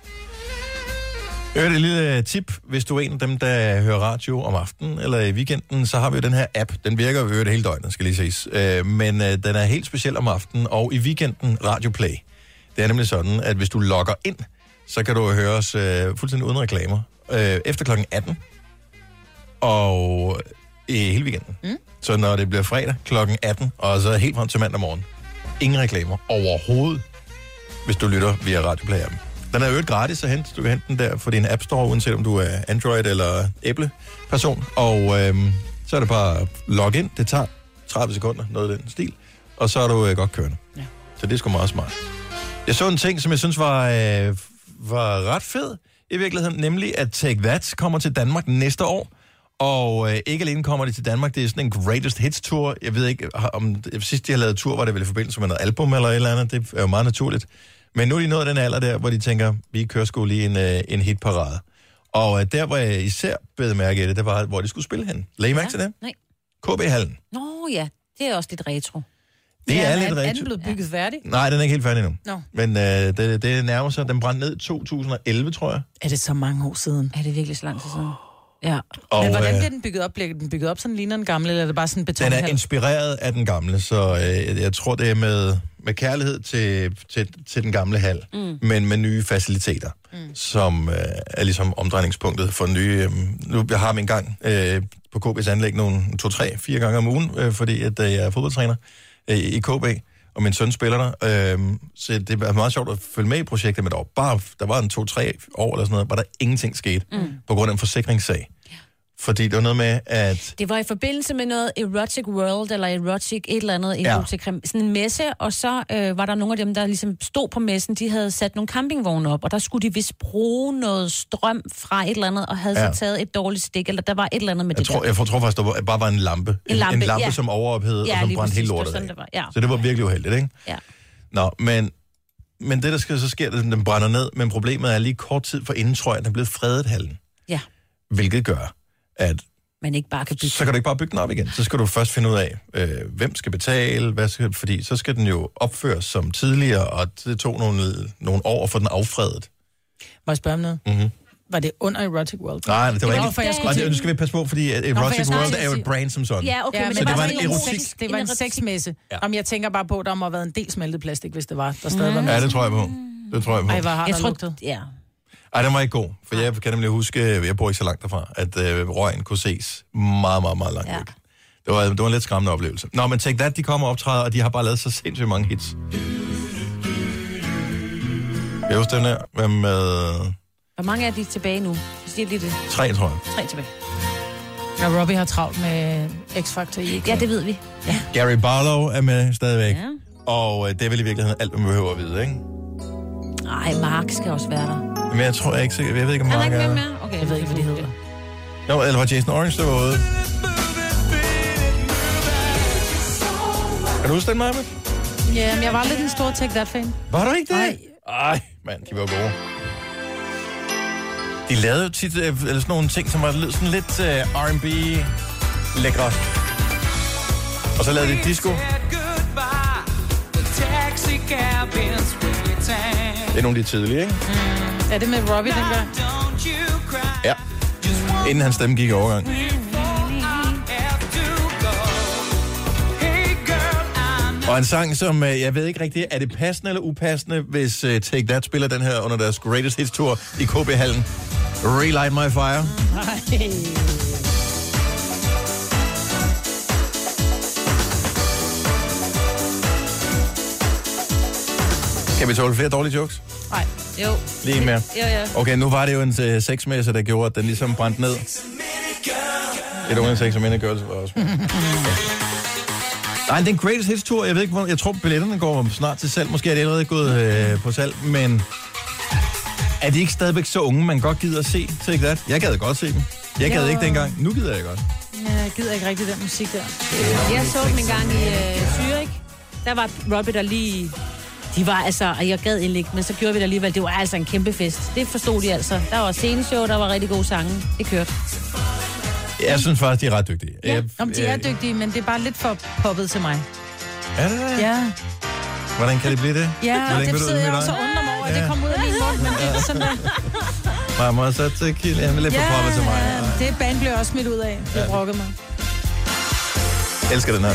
Hør et lille tip, hvis du er en af dem, der hører radio om aftenen eller i weekenden, så har vi jo den her app. Den virker jo det hele døgnet, skal lige ses. Men den er helt speciel om aftenen, og i weekenden Radio Play. Det er nemlig sådan, at hvis du logger ind, så kan du høre os fuldstændig uden reklamer efter klokken atten. Og i hele weekenden. Mm. Så når det bliver fredag klokken atten, og så helt frem til mandag morgen. Ingen reklamer overhovedet, hvis du lytter via Radio Play-appen. Den er jo ikke gratis at hente. Du kan hente den der for din App Store, uanset om du er Android eller Apple-person. Og øhm, så er det bare at logge ind. Det tager tredive sekunder, noget af den stil. Og så er du øh, godt kørende. Ja. Så det er sgu meget smart. Jeg så en ting, som jeg synes var, øh, var ret fed i virkeligheden, nemlig at Take That kommer til Danmark næste år. Og øh, ikke alene kommer de til Danmark, det er sådan en Greatest Hits-tur. Jeg ved ikke, om sidst de har lavet tur, var det vel i forbindelse med noget album eller et eller andet. Det er jo meget naturligt. Men nu er de nået den alder der, hvor de tænker, vi kører sgu lige en, øh, en hitparade. Og øh, der, hvor jeg især bed mærke i det, det var, hvor de skulle spille hen. Lagde I mærke ja, til det? Nej. K B-hallen. Nå ja, det er også lidt retro. Det ja, er lidt retro. Er den blevet bygget færdig? Nej, den er ikke helt færdig nu. No. Men øh, det, det nærmer sig, den brændte ned i to tusind og elleve, tror jeg. Er det så mange år siden? Er det virkelig så lang tid siden? Ja. Og, men hvordan bliver den bygget op? Bliver den bygget op sådan ligner den gamle, eller er det bare sådan en betonhal? Den er inspireret af den gamle, så øh, jeg tror, det er med, med kærlighed til, til, til den gamle hal, mm. men med nye faciliteter, mm. som øh, er ligesom omdrejningspunktet for nye... Øh, nu har vi en gang øh, på K B's anlæg nogle to, tre, fire gange om ugen, øh, fordi at, øh, jeg er fodboldtræner øh, i K B, og min søn spiller der. Øh, så det er meget sjovt at følge med i projektet, men der var bare, der var en to, tre år eller sådan noget, hvor der ingenting skete, mm. på grund af en forsikringssag. Fordi det var noget med, at... Det var i forbindelse med noget Erotic World, eller Erotic et eller andet, ja. sådan en messe, og så øh, var der nogle af dem, der ligesom stod på messen, de havde sat nogle campingvogne op, og der skulle de vist bruge noget strøm fra et eller andet, og havde ja. så taget et dårligt stik, eller der var et eller andet med jeg det tror, der. Jeg tror faktisk, der bare var en lampe. En, en lampe, en lampe ja. som overophedede, ja, og som brændte helt lortet af. Det var, ja. Så det var virkelig uheldigt, ikke? Ja. Nå, men men det, der skal, så sker det, den brænder ned, men problemet er lige kort tid for inden, tror jeg, den er blevet fredet hallen. Ja. Hvilket gør, at man ikke bare kan bygge. så kan du ikke bare bygge den op igen. Så skal du først finde ud af, øh, hvem skal betale, hvad skal, fordi så skal den jo opføres som tidligere, og det tog nogle, nogle år for den affredet. Må jeg spørge om noget? Mm-hmm. Var det under Erotic World? Nej, det var ikke. Hvorfor jeg skulle Og til. det skal vi passe på, fordi Erotic World er jo et brand som sådan. Ja, okay, Ja, men men Så det, det var var en en erotik. erotik. Det var en sexmesse. Ja. Om jeg tænker bare på, at der må have været en del smeltet plastik, hvis det var. Der stadig var Ja, det tror jeg på. Det tror jeg på. Ej, hvor har Jeg der tror, lugtet. ja. Ej, den var ikke god, for jeg kan nemlig huske, jeg bor ikke så langt derfra, at øh, røgen kunne ses meget, meget, meget langt Ja. væk. Det var, det var en lidt skræmmende oplevelse. Nå, men Take That, de kommer og optræder, og de har bare lavet så sindssygt mange hits. Jeg husker den her, hvad med Hvor mange er de tilbage nu? Så siger lige det. tre, tror jeg. Tre tilbage. Ja, Robbie har travlt med X-Factor i. Ja, det ved vi. Ja. Gary Barlow er med stadigvæk, Ja. og øh, det er vel i virkeligheden alt, hvad man behøver at vide, ikke? Ej, Mark skal også være der. Men jeg tror jeg ikke sikkert, jeg ved ikke, om Han er Mark ikke er med der. mere? Okay, Jeg ved ikke, hvad de hedder. Jo, eller var Jason Orange, der var ude. Kan du huske den, Maja? Ja, men jeg var lidt en stor Take That-fan. Var du ikke det? Nej. Ej, mand, de var gode. De lavede jo tit øh, eller sådan nogle ting, som var lød sådan lidt øh, R and B lækre. Og så lavede de disco. Det er nogle af de tidlige, ikke? Mm. Er det med Robbie dengang? Ja. Inden hans stemme gik i overgang. Og en sang, som øh, jeg ved ikke rigtigt, er det passende eller upassende, hvis uh, Take That spiller den her under deres Greatest Hits Tour i K B-hallen. Relight My Fire. Nej. Kan vi tåle flere dårlige jokes? Nej. Jo. Lige mere. Jo, ja. Okay, nu var det jo en uh, sexmesse, der gjorde, at den ligesom brændte ned. Et unge sex og minde girls var også. Nej, det er en Greatest Hits Tour. Jeg ved ikke, hvor... Jeg tror, billetterne går snart til salg. Måske er det allerede gået øh, på salg, men... Er de ikke stadigvæk så unge, man godt gider at se Take That? Jeg gad godt se dem. Jeg gad Jo. ikke dengang. Nu gider jeg godt. Ja, jeg gider ikke rigtig den musik der. Jeg så dem en gang i øh, Zürich. Der var Robbie der lige... De var altså... Og jeg gad egentlig ikke, men så gjorde vi det alligevel. Det var altså en kæmpe fest. Det forstod de altså. Der var sceneshow, der var rigtig gode sange. Det kørte. Jeg synes faktisk, de er ret dygtige. Ja, Jeg, om de er dygtige, men det er bare lidt for poppet til mig. Er det det? Ja, Hvordan kan det blive det? ja Hvor længe det vil du sidder jeg udnytte også og dig? undrer mig over, at Ja. det kom ud af min mund, men det er sådan der. Mamma, så tequila. Jeg er lidt for poppet til mig. Ja, det band blev også smidt ud af. Det Ja. brokkede mig. Jeg elsker den her.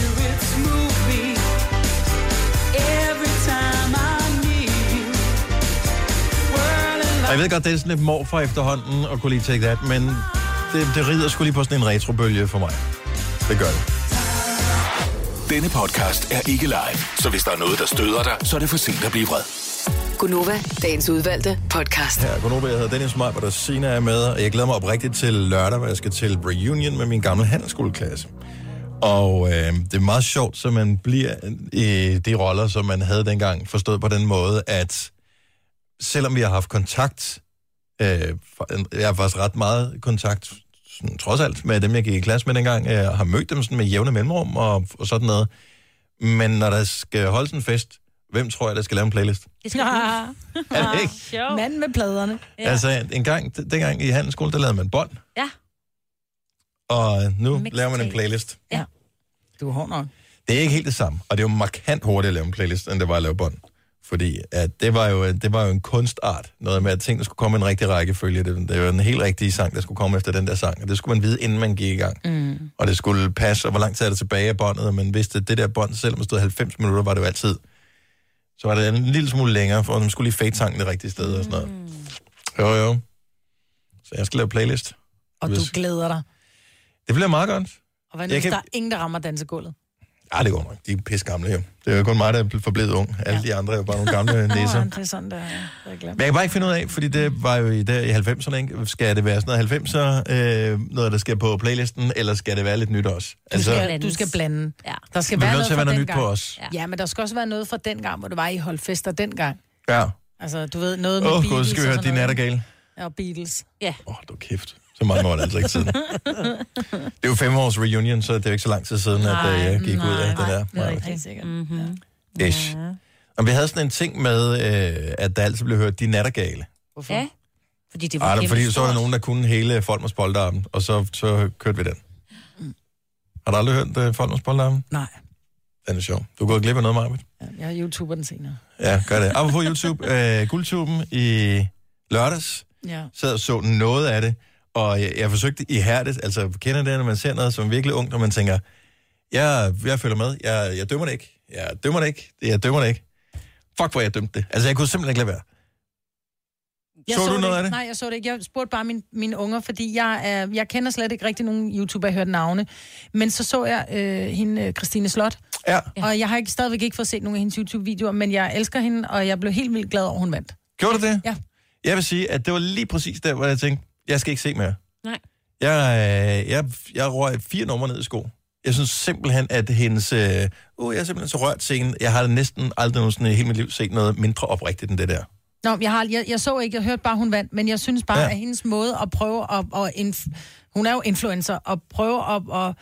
Og jeg ved godt, det er sådan lidt morfar efterhånden at kunne lide Take That, men det, det rider sgu lige på sådan en retrobølge for mig. Det gør det. Denne podcast er ikke live, så hvis der er noget, der støder dig, så er det for sent at blive vred. Gunova, dagens udvalgte podcast. Her, godnova, jeg hedder Dennis Maj, hvor der Sina er med, og jeg glæder mig oprigtigt til lørdag, hvor jeg skal til reunion med min gamle handelsskoleklasse. Og øh, det er meget sjovt, så man bliver i de roller, som man havde dengang, forstået på den måde, at selvom vi har haft kontakt, øh, jeg har faktisk ret meget kontakt, sådan, trods alt, med dem, jeg gik i klasse med dengang, jeg har mødt dem sådan med jævne mellemrum og, og sådan noget. Men når der skal holdes en fest, hvem tror jeg, der skal lave en playlist? Det skal Ja. Er det ikke? Sjov. Manden med pladerne. Ja. Altså, en gang, dengang i handelsskole, der lavede man bånd, Ja. og nu Mixtape. laver man en playlist. Du er hård nok. Det er ikke helt det samme, og det er jo markant hurtigere at lave en playlist, end det var at lave bånd. Fordi at det, var jo, det var jo en kunstart. Noget med, at ting, der skulle komme i en rigtig rækkefølge. Det, det var en helt rigtig sang, der skulle komme efter den der sang. Og det skulle man vide, inden man gik i gang. Mm. Og det skulle passe, og hvor lang tid er det tilbage af båndet. Og man vidste, at det der bånd, selvom det stod halvfems minutter, var det jo altid. Så var det en lille smule længere, for man skulle lige fade sangen det rigtige sted og sådan noget. Jo, jo. Så jeg skal lave playlist. Og du glæder dig. Det bliver meget godt. Og hvad nu, Jeg hvis kan- der er ingen, der rammer dansegulvet? Ja, det går nok. De er pisse gamle jo. Det er jo kun mig, der er forblevet ung. Alle ja. de andre er jo bare nogle gamle næser. Åh, det er sådan, der er glemt. Men jeg kan bare ikke finde ud af, fordi det var jo i, der i halvfemserne, ikke? Skal det være sådan noget halvfemser, øh, noget der skal på playlisten, eller skal det være lidt nyt også? Du skal, du skal blande. Ja. Der skal Der være bliver nødt noget til at fra være noget nyt dengang. på os. Ja. Ja, men der skal også være noget fra dengang, hvor det var, I holdt fester dengang. Ja. Altså, du ved, noget med Åh, oh, Beatles gud, skal vi og høre sådan De noget. Nattergale? Ja, og Beatles. Ja. Åh, oh, du kæft. Så mange år er det altså ikke siden. Det er jo fem års reunion, så det er jo ikke så lang tid siden, at øh, jeg gik ud af det der. Det er rigtig sikkert. Mm-hmm. Ish. Og vi havde sådan en ting med, øh, at der altid blev hørt, de nattergale. Hvorfor? Ja, fordi det var Ej, kæmpe fordi så var der stort. nogen, der kunne hele Folmers Polterabend, og så, så kørte vi den. Mm. Har du aldrig hørt uh, Folmers Polterabend? Nej. Den er sjov. Du er gået glip af noget, Marvitt. Ja, jeg YouTuber den senere. Ja, gør det. Apropos YouTube, øh, Guldtuben i lørdags, Ja. sad og så noget af det, og jeg, jeg forsøgte ihærdigt, altså kender det, når man ser noget som virkelig ungt, og man tænker, jeg, jeg følger med, jeg, jeg dømmer det ikke, jeg dømmer det ikke, jeg dømmer det ikke. Fuck, hvor jeg dømte det. Altså, jeg kunne simpelthen ikke lade være. Jeg så, så du det noget ikke. af det? Nej, jeg så det ikke. Jeg spurgte bare min, mine unger, fordi jeg, er, jeg kender slet ikke rigtig nogen YouTuber, jeg har hørt navne. Men så så jeg øh, hende, Christine Slot. Ja. Og jeg har ikke, stadigvæk ikke fået set nogen af hendes YouTube-videoer, men jeg elsker hende, og jeg blev helt vildt glad over, at hun vandt. Gjorde du det? Ja. Jeg vil sige, at det var lige præcis der, hvor jeg tænkte, jeg skal ikke se mere. Nej. Jeg, jeg, jeg røg fire numre ned i sko. Jeg synes simpelthen, at hendes... Øh, uh, jeg er simpelthen så rørt scenen. Jeg har næsten aldrig nogensinde i hele mit liv set noget mindre oprigtigt end det der. Nå, jeg, har, jeg, jeg så ikke, jeg hørte bare, hun vandt, men jeg synes bare, Ja. ja. at hendes måde at prøve at... at inf- hun er jo influencer, og prøve at, at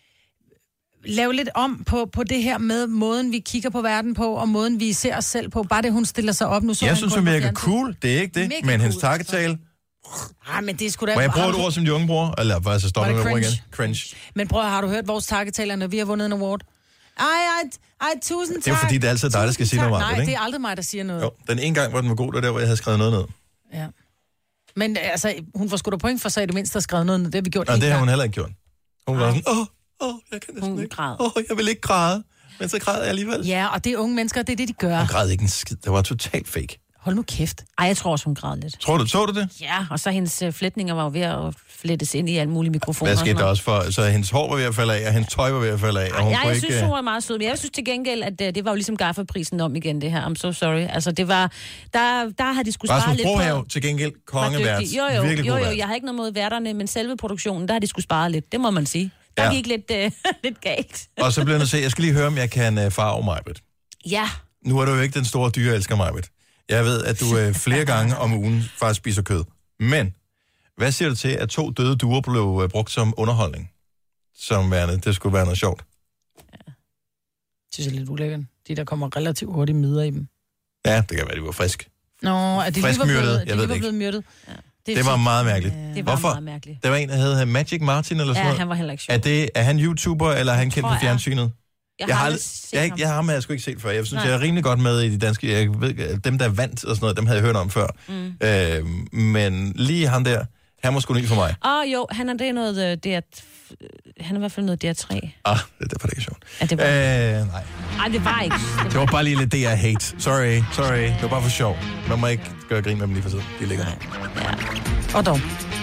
lave lidt om på, på det her med måden, vi kigger på verden på, og måden, vi ser os selv på. Bare det, hun stiller sig op nu. Så Jeg han synes, kun hun på virker fjernsyn. cool. Det er ikke det. Mega Men hendes cool. takketale... Ej, men det er sgu da... Må jeg bruge Har et du- ord, som de unge bruger? Eller hvad, så stopper Var jeg det med ord cringe? igen. Cringe. Men prøv at, har du hørt vores takketaler, når vi har vundet en award? Ej, ej, ej, tusind tak. Det er jo fordi, det er altid dig, der skal Tusind sige noget, tak. Marvitt, Nej, ikke? det er aldrig mig, der siger noget. Jo, den ene gang, hvor den var god, der var der, hvor jeg havde skrevet noget ned. Ja. Men altså, hun får sgu da point for sig i det mindste at skrevet noget ned. Det har vi gjort Og en det har gang. hun heller ikke gjort. Hun var sådan, åh, åh, jeg kan næsten Hun ikke. græd. Åh, jeg vil ikke græde. Men så græd jeg alligevel. Ja, og det er unge mennesker, det er det, de gør. Hun græd ikke en skid. Det var totalt fake. Hold nu kæft. Ej, jeg tror også, hun græd lidt. Tror du, så du det? Ja, og så hendes øh, flætninger var jo ved at flettes ind i alle mulige mikrofoner. Hvad og skete sådan der noget. også for? Så hendes hår var ved at falde af, og hendes tøj var ved at falde af. Og hun Ja, kunne jeg ikke... synes, hun var meget sød, men jeg synes til gengæld, at øh, det var jo ligesom Gaffaprisen om igen, det her. I'm so sorry. Altså, det var... Der, der havde de skulle spare Rasmus lidt Brohave på... til gengæld var kongevært. dygtig. Jo, jo, Virkelig jo, god jo, vært. jeg har ikke noget mod værterne, men selve produktionen, der har de skulle spare lidt. Det må man sige. Der Ja. gik lidt, øh, lidt galt. Og så bliver jeg nødt til, jeg skal lige høre, om jeg kan uh, farve Majbet. Ja. Nu er du jo ikke den store dyreelsker, Majbet. Jeg ved, at du uh, flere gange om ugen faktisk spiser kød. Men, hvad siger du til, at to døde duer blev uh, brugt som underholdning? Som værende, det skulle være noget sjovt. Det synes jeg er lidt ulækkert. De der kommer relativt hurtigt midler i dem. Ja, det kan være, de var frisk. Nå, er det lige var Friskmyrdet, blevet, jeg det ved lige det var ikke. blevet myrdet? Ja. Det, det var meget mærkeligt. Det var Hvorfor? meget mærkeligt. Der var en, der hed Magic Martin eller sådan Ja, noget. han var heller ikke sjov. Er, det, er han YouTuber, eller er han kendt tror på jeg. fjernsynet? Jeg Jeg har har, aldrig ald- set jeg, ham. jeg har, jeg sgu ikke set før. Jeg synes, Nej. jeg er rimelig godt med i de danske... Jeg ved, at dem, der vandt og sådan noget, dem havde jeg hørt om før. Mm. Øh, men lige ham der, han var sgu ny for mig. Åh, oh, jo, han er det noget... øh, Det er, han er i hvert fald noget D R tre. Ah, det er derfor, det ikke er sjovt. Ja, det var... Øh, nej, Ej, det var ikke. Det det var bare lige lidt D R-hate. Sorry, sorry. Det var bare for sjov. Man må ikke gøre grin med dem lige for tiden. De ligger der. Ja. Og dog.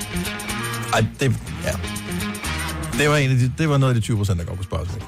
Ej, det... Ja. Det var, en af de, det var noget af de tyve procent, der går på spørgsmål.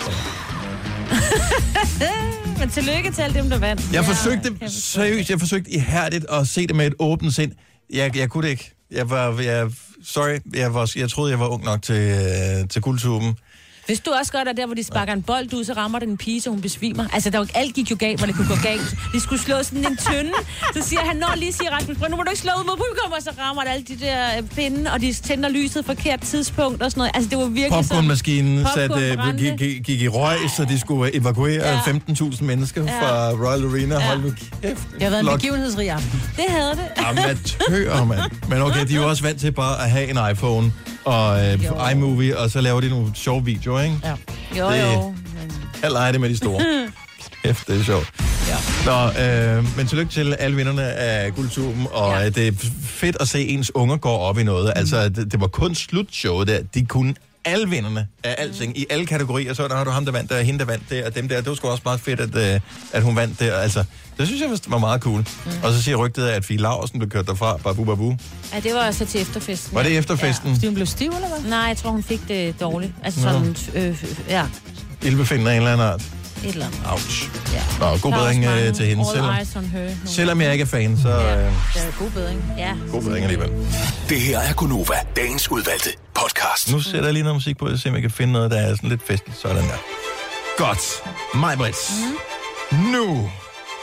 Men tillykke til alle dem, der vandt. Jeg Ja, forsøgte, kæmpe seriøst, jeg forsøgte ihærdigt at se det med et åbent sind. Jeg, jeg kunne det ikke. Jeg var, jeg, sorry, jeg, var, jeg troede, jeg var ung nok til, øh, til guldtuben. Hvis du også gør der, der hvor de sparker en bold ud, så rammer den en pige, så hun besvimer. Altså, der var, alt gik jo galt, hvor det kunne gå galt. De skulle slå sådan en tynde. Så siger han, når lige siger Rasmus Brønd, nu må du ikke slå ud mod publikum, og så rammer det alle de der øh, pinde, og de tænder lyset forkert tidspunkt og sådan noget. Altså, det var virkelig sådan... Popcornmaskinen Popcorn sat, øh, brændte. gik, gik, gik i røg, så de skulle evakuere Ja. ja. femten tusind mennesker Ja. fra Royal Arena. Ja. Hold nu kæft. Det har været en Flot. begivenhedsrig aften. Det havde det. Amatører, mand. Men okay, de er jo også vant til bare at have en iPhone og øh, iMovie, og så laver de nogle sjove videoer, ikke? Ja. Jo, Det- jo. Jeg leger det med de store. Kæft, det er sjovt. Ja. Nå, øh, men tillykke til alle vinderne af Guldtuben, og Ja. ja. det er fedt at se, ens unger går op i noget. Mm. Altså, det, det var kun slutshowet der. De kunne alle vinderne af alting, mm. i alle kategorier. Så der har du ham, der vandt der, hende, der vandt der, og dem der. Det var sgu også meget fedt, at, øh, at hun vandt der. Altså, det synes jeg var meget cool. Mm. Og så siger rygtet, at Fie Laursen blev kørt derfra. Babu, babu. Ja, det var så til efterfesten. Var det efterfesten? Fordi hun blev stiv, eller hvad? Nej, jeg tror, hun fik det dårligt. Altså sådan, øh, øh, ja, Ildbefinder af en eller anden art. et eller andet. Ouch. Ja. Nå, god bedring øh, til hende. All Selvom, eyes on her. selvom jeg ikke er fan, så øh, Det er god bedring. Ja. god bedring alligevel. Det her er Gunova, dagens udvalgte podcast. Nu sætter jeg lige noget musik på, og se om jeg kan finde noget, der er sådan lidt festligt. Sådan der. Godt. Majbrits. Mm. Nu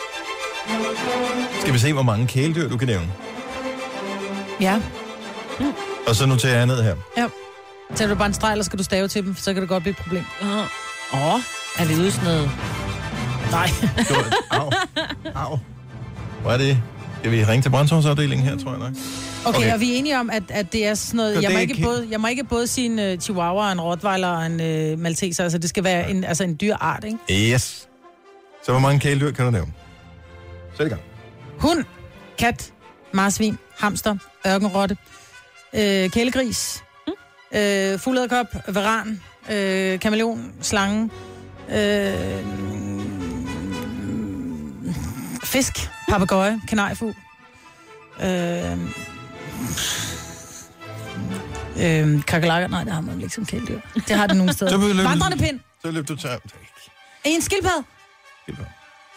skal vi se, hvor mange kæledyr du kan nævne. Ja. Og så noterer jeg ned her. Ja. Sætter du bare en streg, eller skal du stave til dem, så kan det godt blive et problem. Åh, oh, er vi ude i sådan noget Nej. Au. Au. Hvor er det? Skal vi ringe til brandtårnsafdelingen her, tror jeg nok? Okay, okay, og vi er enige om, at, at det er sådan noget... Jeg må, ikke både, jeg må ikke både sige en uh, chihuahua, en rottweiler og en uh, malteser. Altså, det skal være en, altså en dyr art, ikke? Yes. Så hvor mange kæledyr kan du nævne? Sæt i gang. Hund, kat, marsvin, hamster, ørkenrotte, øh, kælegris, mm. øh, fuglederkop, varan, øh, kameleon, slange, øh, fisk, papegøje, kanariefugl, øh, øh, kakelakker. Nej, det har man jo ikke som kæledyr. Det har det nogle steder. Vandrende pind. Så løb du til... En skildpadde. Skildpadde.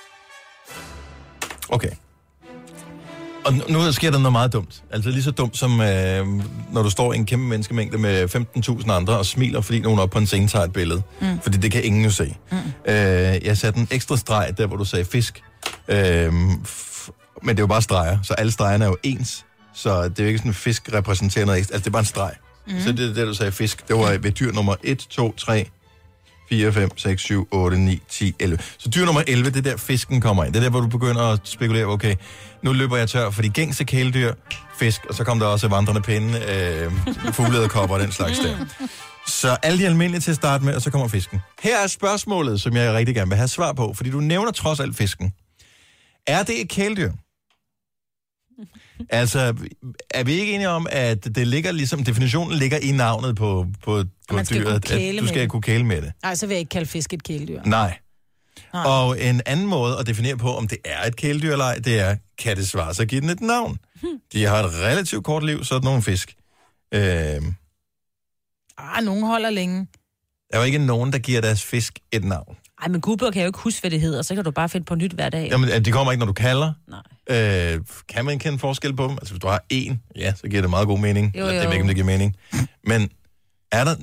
Okay. Og nu, nu sker der noget meget dumt. Altså lige så dumt som, øh, når du står i en kæmpe menneskemængde med femten tusind andre og smiler, fordi nogen op på en scene tager et billede. Mm. Fordi det kan ingen jo se. Mm. Øh, jeg satte en ekstra streg der, hvor du sagde fisk. Øh, f- men det er jo bare streger, så alle stregerne er jo ens. Så det er jo ikke sådan, at fisk repræsenterer noget ekstra. Altså det er bare en streg. Mm. Så det er det, du sagde fisk. Det var ved dyr nummer et, to, tre, fire, fem, seks, syv, otte, ni, ti, elleve. Så dyr nummer elleve, det er der fisken kommer ind. Det er der, hvor du begynder at spekulere, okay, nu løber jeg tør for de gængse kæledyr, fisk, og så kom der også vandrende pinde, øh, fuglederkopper og den slags der. Så alle de almindelige til at starte med, og så kommer fisken. Her er spørgsmålet, som jeg rigtig gerne vil have svar på, fordi du nævner trods alt fisken. Er det et kæledyr? Altså, er vi ikke enige om, at det ligger ligesom, definitionen ligger i navnet på, på, på dyret, at du skal kunne kæle med det? Nej, så vil jeg ikke kalde fisk et kæledyr. Nej. Nej. Og en anden måde at definere på, om det er et kæledyr eller ej, det er, kan det svare sig at give den et navn? Hmm. De har et relativt kort liv, sådan nogle fisk. Øh... Ah, nogen holder længe. Der er jo ikke nogen, der giver deres fisk et navn. Ej, men Google kan jo ikke huske, hvad det hedder, så kan du bare finde på nyt hver dag. Jamen, de kommer ikke, når du kalder. Nej. Øh, kan man kende forskel på dem? Altså, hvis du har en, ja, så giver det meget god mening. Jo, jo. Eller, det er ikke, om det giver mening. Men er der... Det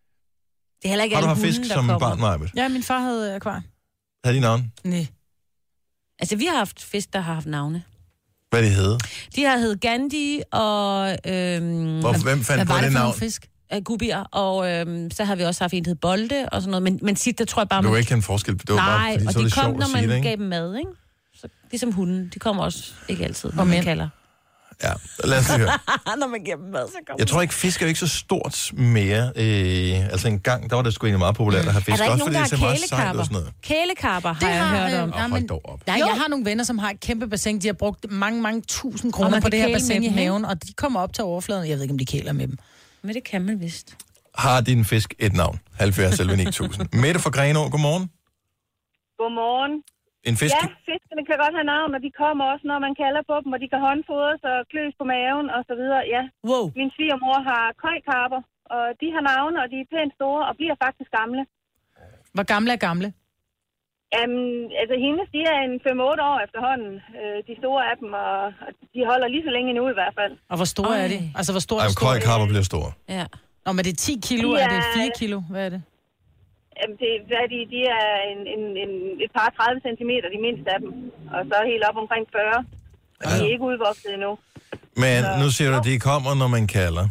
er heller ikke har du alle haft fisk hunden, som kommer. barn, Maj-Brit? Ja, min far havde akvarium. Havde de navn? Nej. Altså, vi har haft fisk, der har haft navne. Hvad det hedder? De har heddet Gandhi og... Øhm, Hvorfor, hvem fandt på det, det navn? Fisk? Gubier, og øhm, så har vi også haft en, der hed Bolde og sådan noget, men, men tit, der tror jeg bare... Du man... kan ikke kende forskel på det, var Nej, bare, fordi og så er de det kom, sjovt når at sige man det, ikke? gav dem mad, ikke? Så, ligesom hunden, de kommer også ikke altid, når og man mænd. kalder. Ja, lad os lige høre. Når man giver dem mad, så kommer Jeg tror ikke, fisk er jo ikke så stort mere. Øh, altså en gang, der var det sgu egentlig meget populært at have fisk. Er der ikke også nogen, fordi der har det ser meget sejt ud og sådan noget. Kælekarper har Det jeg har, hørt om. øh, Åh, hold dog op. Nej, jeg har nogle venner, som har et kæmpe bassin. De har brugt mange, mange tusind kroner man på kan det her kæle bassin med i dem, ikke? haven, og de kommer op til overfladen. Jeg ved ikke, om de kæler med dem. Men det kan man vist. Har din fisk et navn? halvfjerds elleve ni tusind. Mette fra Grenaa, godmorgen. Godmorgen. En fisk? Ja, fiskene kan godt have navn, og de kommer også, når man kalder på dem, og de kan håndfodres og kløs på maven og så videre, ja. Wow. Min svigermor har køjkarper, og de har navne, og de er pænt store og bliver faktisk gamle. Hvor gamle er gamle? Um, altså, hendes, de er en fem otte år efterhånden, øh, de store af dem, og, og de holder lige så længe endnu i hvert fald. Og hvor store Ej. er de? Altså, hvor store Ej, er store? køjkarper bliver store. Ja. Nå, men det er ti kilo, De er det er- fire kilo? Hvad er det? Um, det hvad er de, de er en, en, en, et par tredive centimeter, de mindste af dem, og så helt op omkring fyrre. Og de er ikke udvokset endnu. Men nu siger du, at de kommer, når man kalder.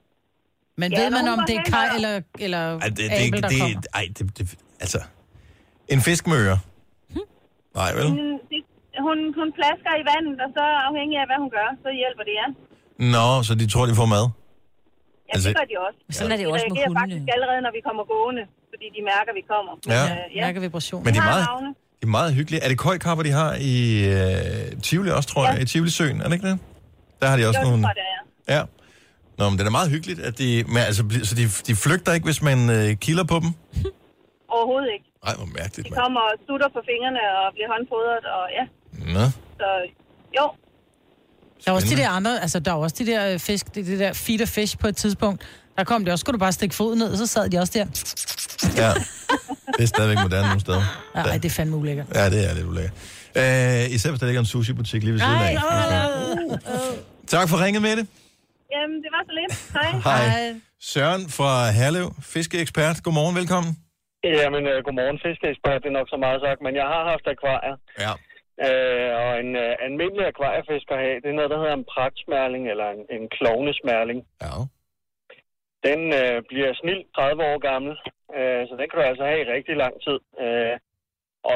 Men Ja, ved man, nogen om var det er hen kaj og- eller, eller Ej, det, abel, det, der det, kommer? ej, det, det, altså... En fiskmøre. Nej, vel? Mm, det, hun, hun plasker i vandet, og så afhængig af, hvad hun gør, så hjælper det, ja. Nå, så de tror, de får mad? Ja, Altså- altså, det gør de også. Sådan er det jo også de med reagerer hundene. faktisk allerede, når vi kommer gående, fordi de mærker, at vi kommer. Ja. Men, øh, ja. Mærker vibration. Men de er har meget, navne. de er meget hyggelige. Er det køjkarper, de har i øh, Tivoli også, tror jeg? Ja. I Tivoli-søen, er det ikke det? Der har de også Jo, det nogle... tror jeg, det er. Ja. Nå, men det er da meget hyggeligt, at de... Men, altså, bli- så de, de flygter ikke, hvis man øh, kilder på dem? Overhovedet ikke. Nej, hvor mærkeligt, De mand. kommer og sutter på fingrene og bliver håndfodret, og ja. Nå. Så jo, Der er også de der andre, altså der er også de der øh, fisk, det, det der feed og fish på et tidspunkt. Der kom det også, skulle du bare stikke foden ned, og så sad de også der. Ja. Det er stadigvæk moderne nogle steder. Nej, det er fandme ulækkert. Ja, det er lidt ulækkert. Øh, især hvis der ligger en sushi-butik lige ved siden af. Tak for ringet med det. jamen det var så lidt. Hej. Hej. Søren fra Herlev, fiskeekspert. Godmorgen, velkommen. Jamen, uh, godmorgen, fiskeekspert, det er nok så meget sagt, men jeg har haft akvarier. Ja. Uh, og en uh, almindelig akvariefisk at have, det er noget, der hedder en pragtsmærling, eller en, en klovnesmærling. Ja. Den uh, bliver snilt tredive år gammel, uh, så den kan du altså have i rigtig lang tid. Uh, og så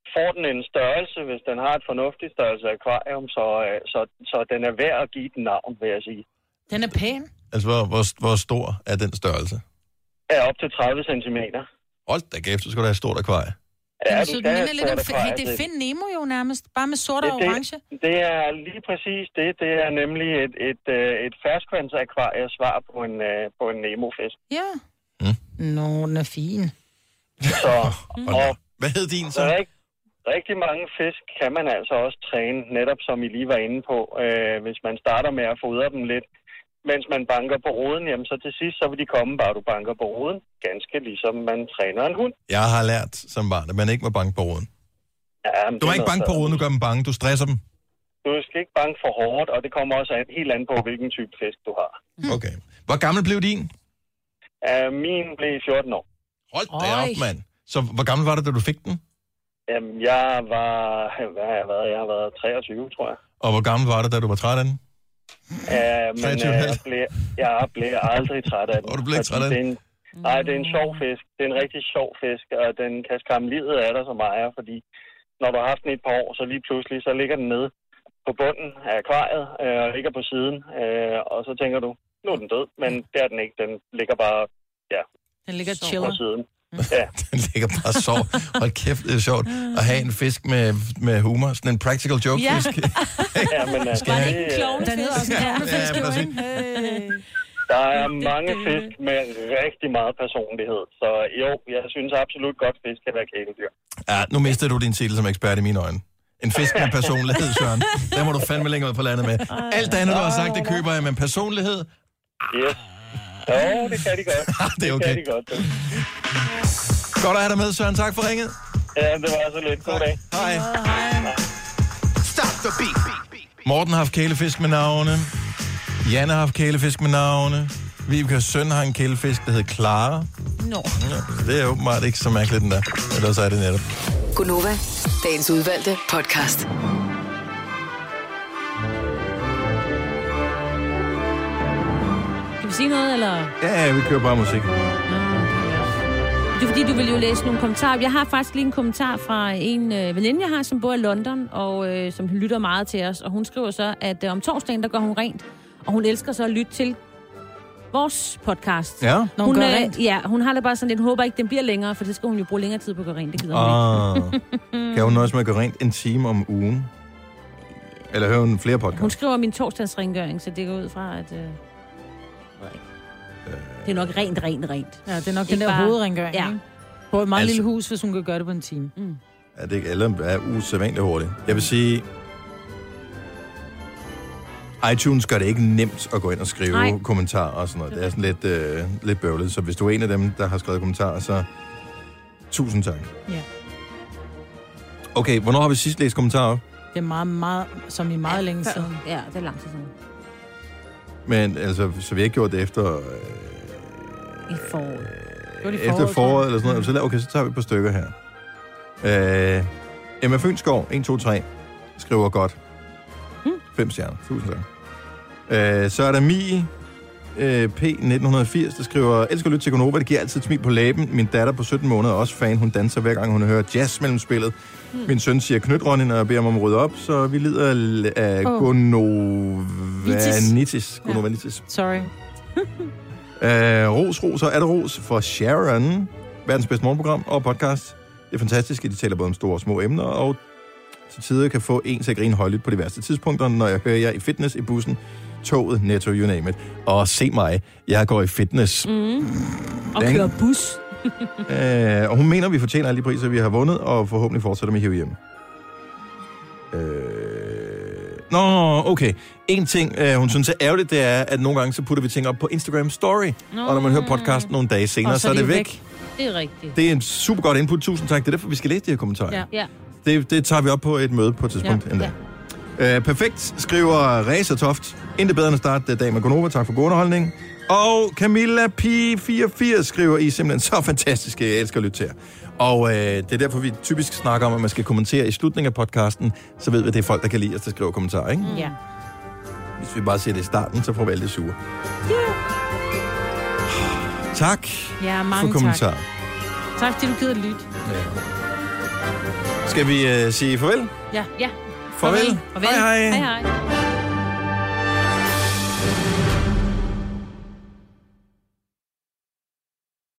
får den en størrelse, hvis den har et fornuftigt størrelse akvarium, så, øh, så, så den er værd at give den navn, vil jeg sige. Den er pæn. Altså, hvor, hvor, hvor stor er den størrelse? Er op til tredive centimeter. Hold da kæft, så skal du have et stort akvarie. Ja, Ja, du så skal det have minder et lidt om, stort akvarie hey, det er til. Find Nemo jo nærmest, bare med sort og det, orange. det, det er lige præcis det. Det er nemlig et, et, et, et ferskvandsakvarie svar på en, på en Nemo-fisk. Ja. Mm. Nå, den er fin. Så, og, Hvad hed din så? så rig, rigtig mange fisk kan man altså også træne, netop som I lige var inde på. Øh, hvis man starter med at fodre dem lidt, mens man banker på roden, jamen så til sidst, så vil de komme, bare du banker på roden. Ganske ligesom man træner en hund. Jeg har lært som barn, at man ikke må banke på roden. Ja, Du må ikke banke på roden, du gør dem bange. Du stresser dem. Du skal ikke banke for hårdt, og det kommer også af helt an på, hvilken type fisk du har. Okay. Hvor gammel blev din? Uh, min blev fjorten år. Hold da op, mand. Så hvor gammel var det, da du fik den? Jamen, jeg var... Hvad har jeg været? Jeg har været treogtyve, tror jeg. Og hvor gammel var det, da du var træt af den? Uh, men uh, jeg, blev, jeg blev aldrig træt af den. Og du blev ikke træt af den? Nej, det er en sjov fisk. Det er en rigtig sjov fisk, og den kan skræmme livet af dig som ejer, fordi når du har haft den i et par år, så lige pludselig, så ligger den nede på bunden af akvariet øh, og ligger på siden, øh, og så tænker du, nu er den død, men det er den ikke. Den ligger bare, ja, den ligger chiller på siden. Ja. Den ligger bare så. Hold kæft, det er sjovt at have en fisk med, med humor. Sådan en practical joke-fisk. Ja. Ja, men uh, Skal have... Den hedder også en klovnefisk, Ja, jo, præcis. ikke? Der er mange fisk med rigtig meget personlighed, så jo, jeg synes absolut godt, fisk kan være kæledyr. Ja, nu mister du din titel som ekspert i mine øjne. En fisk med personlighed, Søren. Der må du fandme længere ud på landet med. Alt andet, du har sagt, det køber jeg, men personlighed... Yes. Jo, det kan de godt. Det er okay. Det kan de godt. Det. Godt at have dig med, Søren. Tak for ringet. Ja, det var så lidt. God dag. Hej. Stop the beat. Morten har haft kælefisk med navne. Janne har haft kælefisk med navne. Vibekes søn har en kælefisk, der hedder Clara. Nå. Ja, det er åbenbart ikke så mærkeligt, den der. Ellers er det netop. Gunova, dagens udvalgte podcast. Kan vi sige noget, eller? Ja, vi kører bare musik. Det er fordi, du vil jo læse nogle kommentarer. Jeg har faktisk lige en kommentar fra en øh, veninde, jeg har, som bor i London, og øh, som lytter meget til os. Og hun skriver så, at øh, om torsdagen, der går hun rent. Og hun elsker så at lytte til vores podcast. Ja. Når hun, Hun, gør øh, rent. ja, hun har det bare sådan lidt, hun håber ikke, den bliver længere, for det skal hun jo bruge længere tid på at gøre rent. Det gider hun Ah. Kan hun nøjes med at gøre rent en time om ugen? Eller hører hun flere ikke. Hun podcasts? skriver min torsdagsrengøring, så det går ud fra, at... Øh, ved ikke. Det er nok rent, rent, rent. Ja, det er nok Ikke den der bare- hovedrengøring, Ja. ikke? På et meget Altså- lille hus, hvis hun kan gøre det på en time. Mm. Ja, det er, eller er usædvanligt hurtigt. Jeg vil sige... iTunes gør det ikke nemt at gå ind og skrive Nej. kommentarer og sådan noget. Det er sådan lidt, øh, lidt bøvlet. Så hvis du er en af dem, der har skrevet kommentarer, så tusind tak. Ja. Okay, hvornår har vi sidst læst kommentarer op? Det er meget, meget, som i meget længe Før- siden. Ja, det er lang tid siden. Men altså, så vi har ikke gjort det efter, øh, I foråret. Det var det i efter foråret, foråret eller sådan noget. Så, lad- okay, så tager vi et par stykker her. Øh, Emma Fønskov, en, to, tre, skriver godt. Hmm. Fem stjerner. Tusind tak. Øh, så er der Mi øh, P nitten firs, der skriver, elsker at lytte til Gonova, det giver altid et smil på læben. Min datter på sytten måneder er også fan. Hun danser hver gang, hun hører jazz mellem spillet. Hmm. Min søn siger knytronny, når jeg beder ham om at rydde op, så vi lider af Åh. oh. gonovanitis. Gonovanitis. Sorry. Øh, ros, ros og er det ros for Sharon, verdens bedste morgenprogram og podcast. Det er fantastisk, at de taler både om store og små emner, og til tider kan få en til at grine højlydt på de værste tidspunkter, når jeg hører jer i fitness, i bussen, toget, netto, you name it. Og se mig, jeg går i fitness. Mm. Og Den- kører bus. Øh, og hun mener, at vi fortjener alle de priser, vi har vundet, og forhåbentlig fortsætter med at hive hjem. Øh... Nå, okay. En ting, øh, hun synes er ærgerligt, det er, at nogle gange så putter vi ting op på Instagram Story. Nå. Og når man hører podcasten nogle dage senere, Og så, så er det væk. væk. Det er rigtigt. Det er en super godt input. Tusind tak. Det er derfor, vi skal læse de her kommentarer. Ja. Ja. Det, det tager vi op på et møde på et tidspunkt. Ja. Ja. Ja. Uh, perfekt, skriver Reza Toft. Intet bedre end at starte dag med Gonova. Tak for god underholdning. Og Camilla P fireogfirs skriver, I er simpelthen så fantastiske. Jeg elsker at lytte til jer. Og uh, det er derfor, vi typisk snakker om, at man skal kommentere i slutningen af podcasten. Så ved vi, at det er folk, der kan lide os, der skriver kommentarer, ikke? Ja. Hvis vi bare siger det i starten, så får vi alle det sure. Yeah. Tak Ja, for mange tak. kommentarer. Tak, fordi du gider at lytte. Ja. Skal vi uh, sige farvel? Ja. Ja. Farvel. Farvel. Hej, hej. Hej, hej.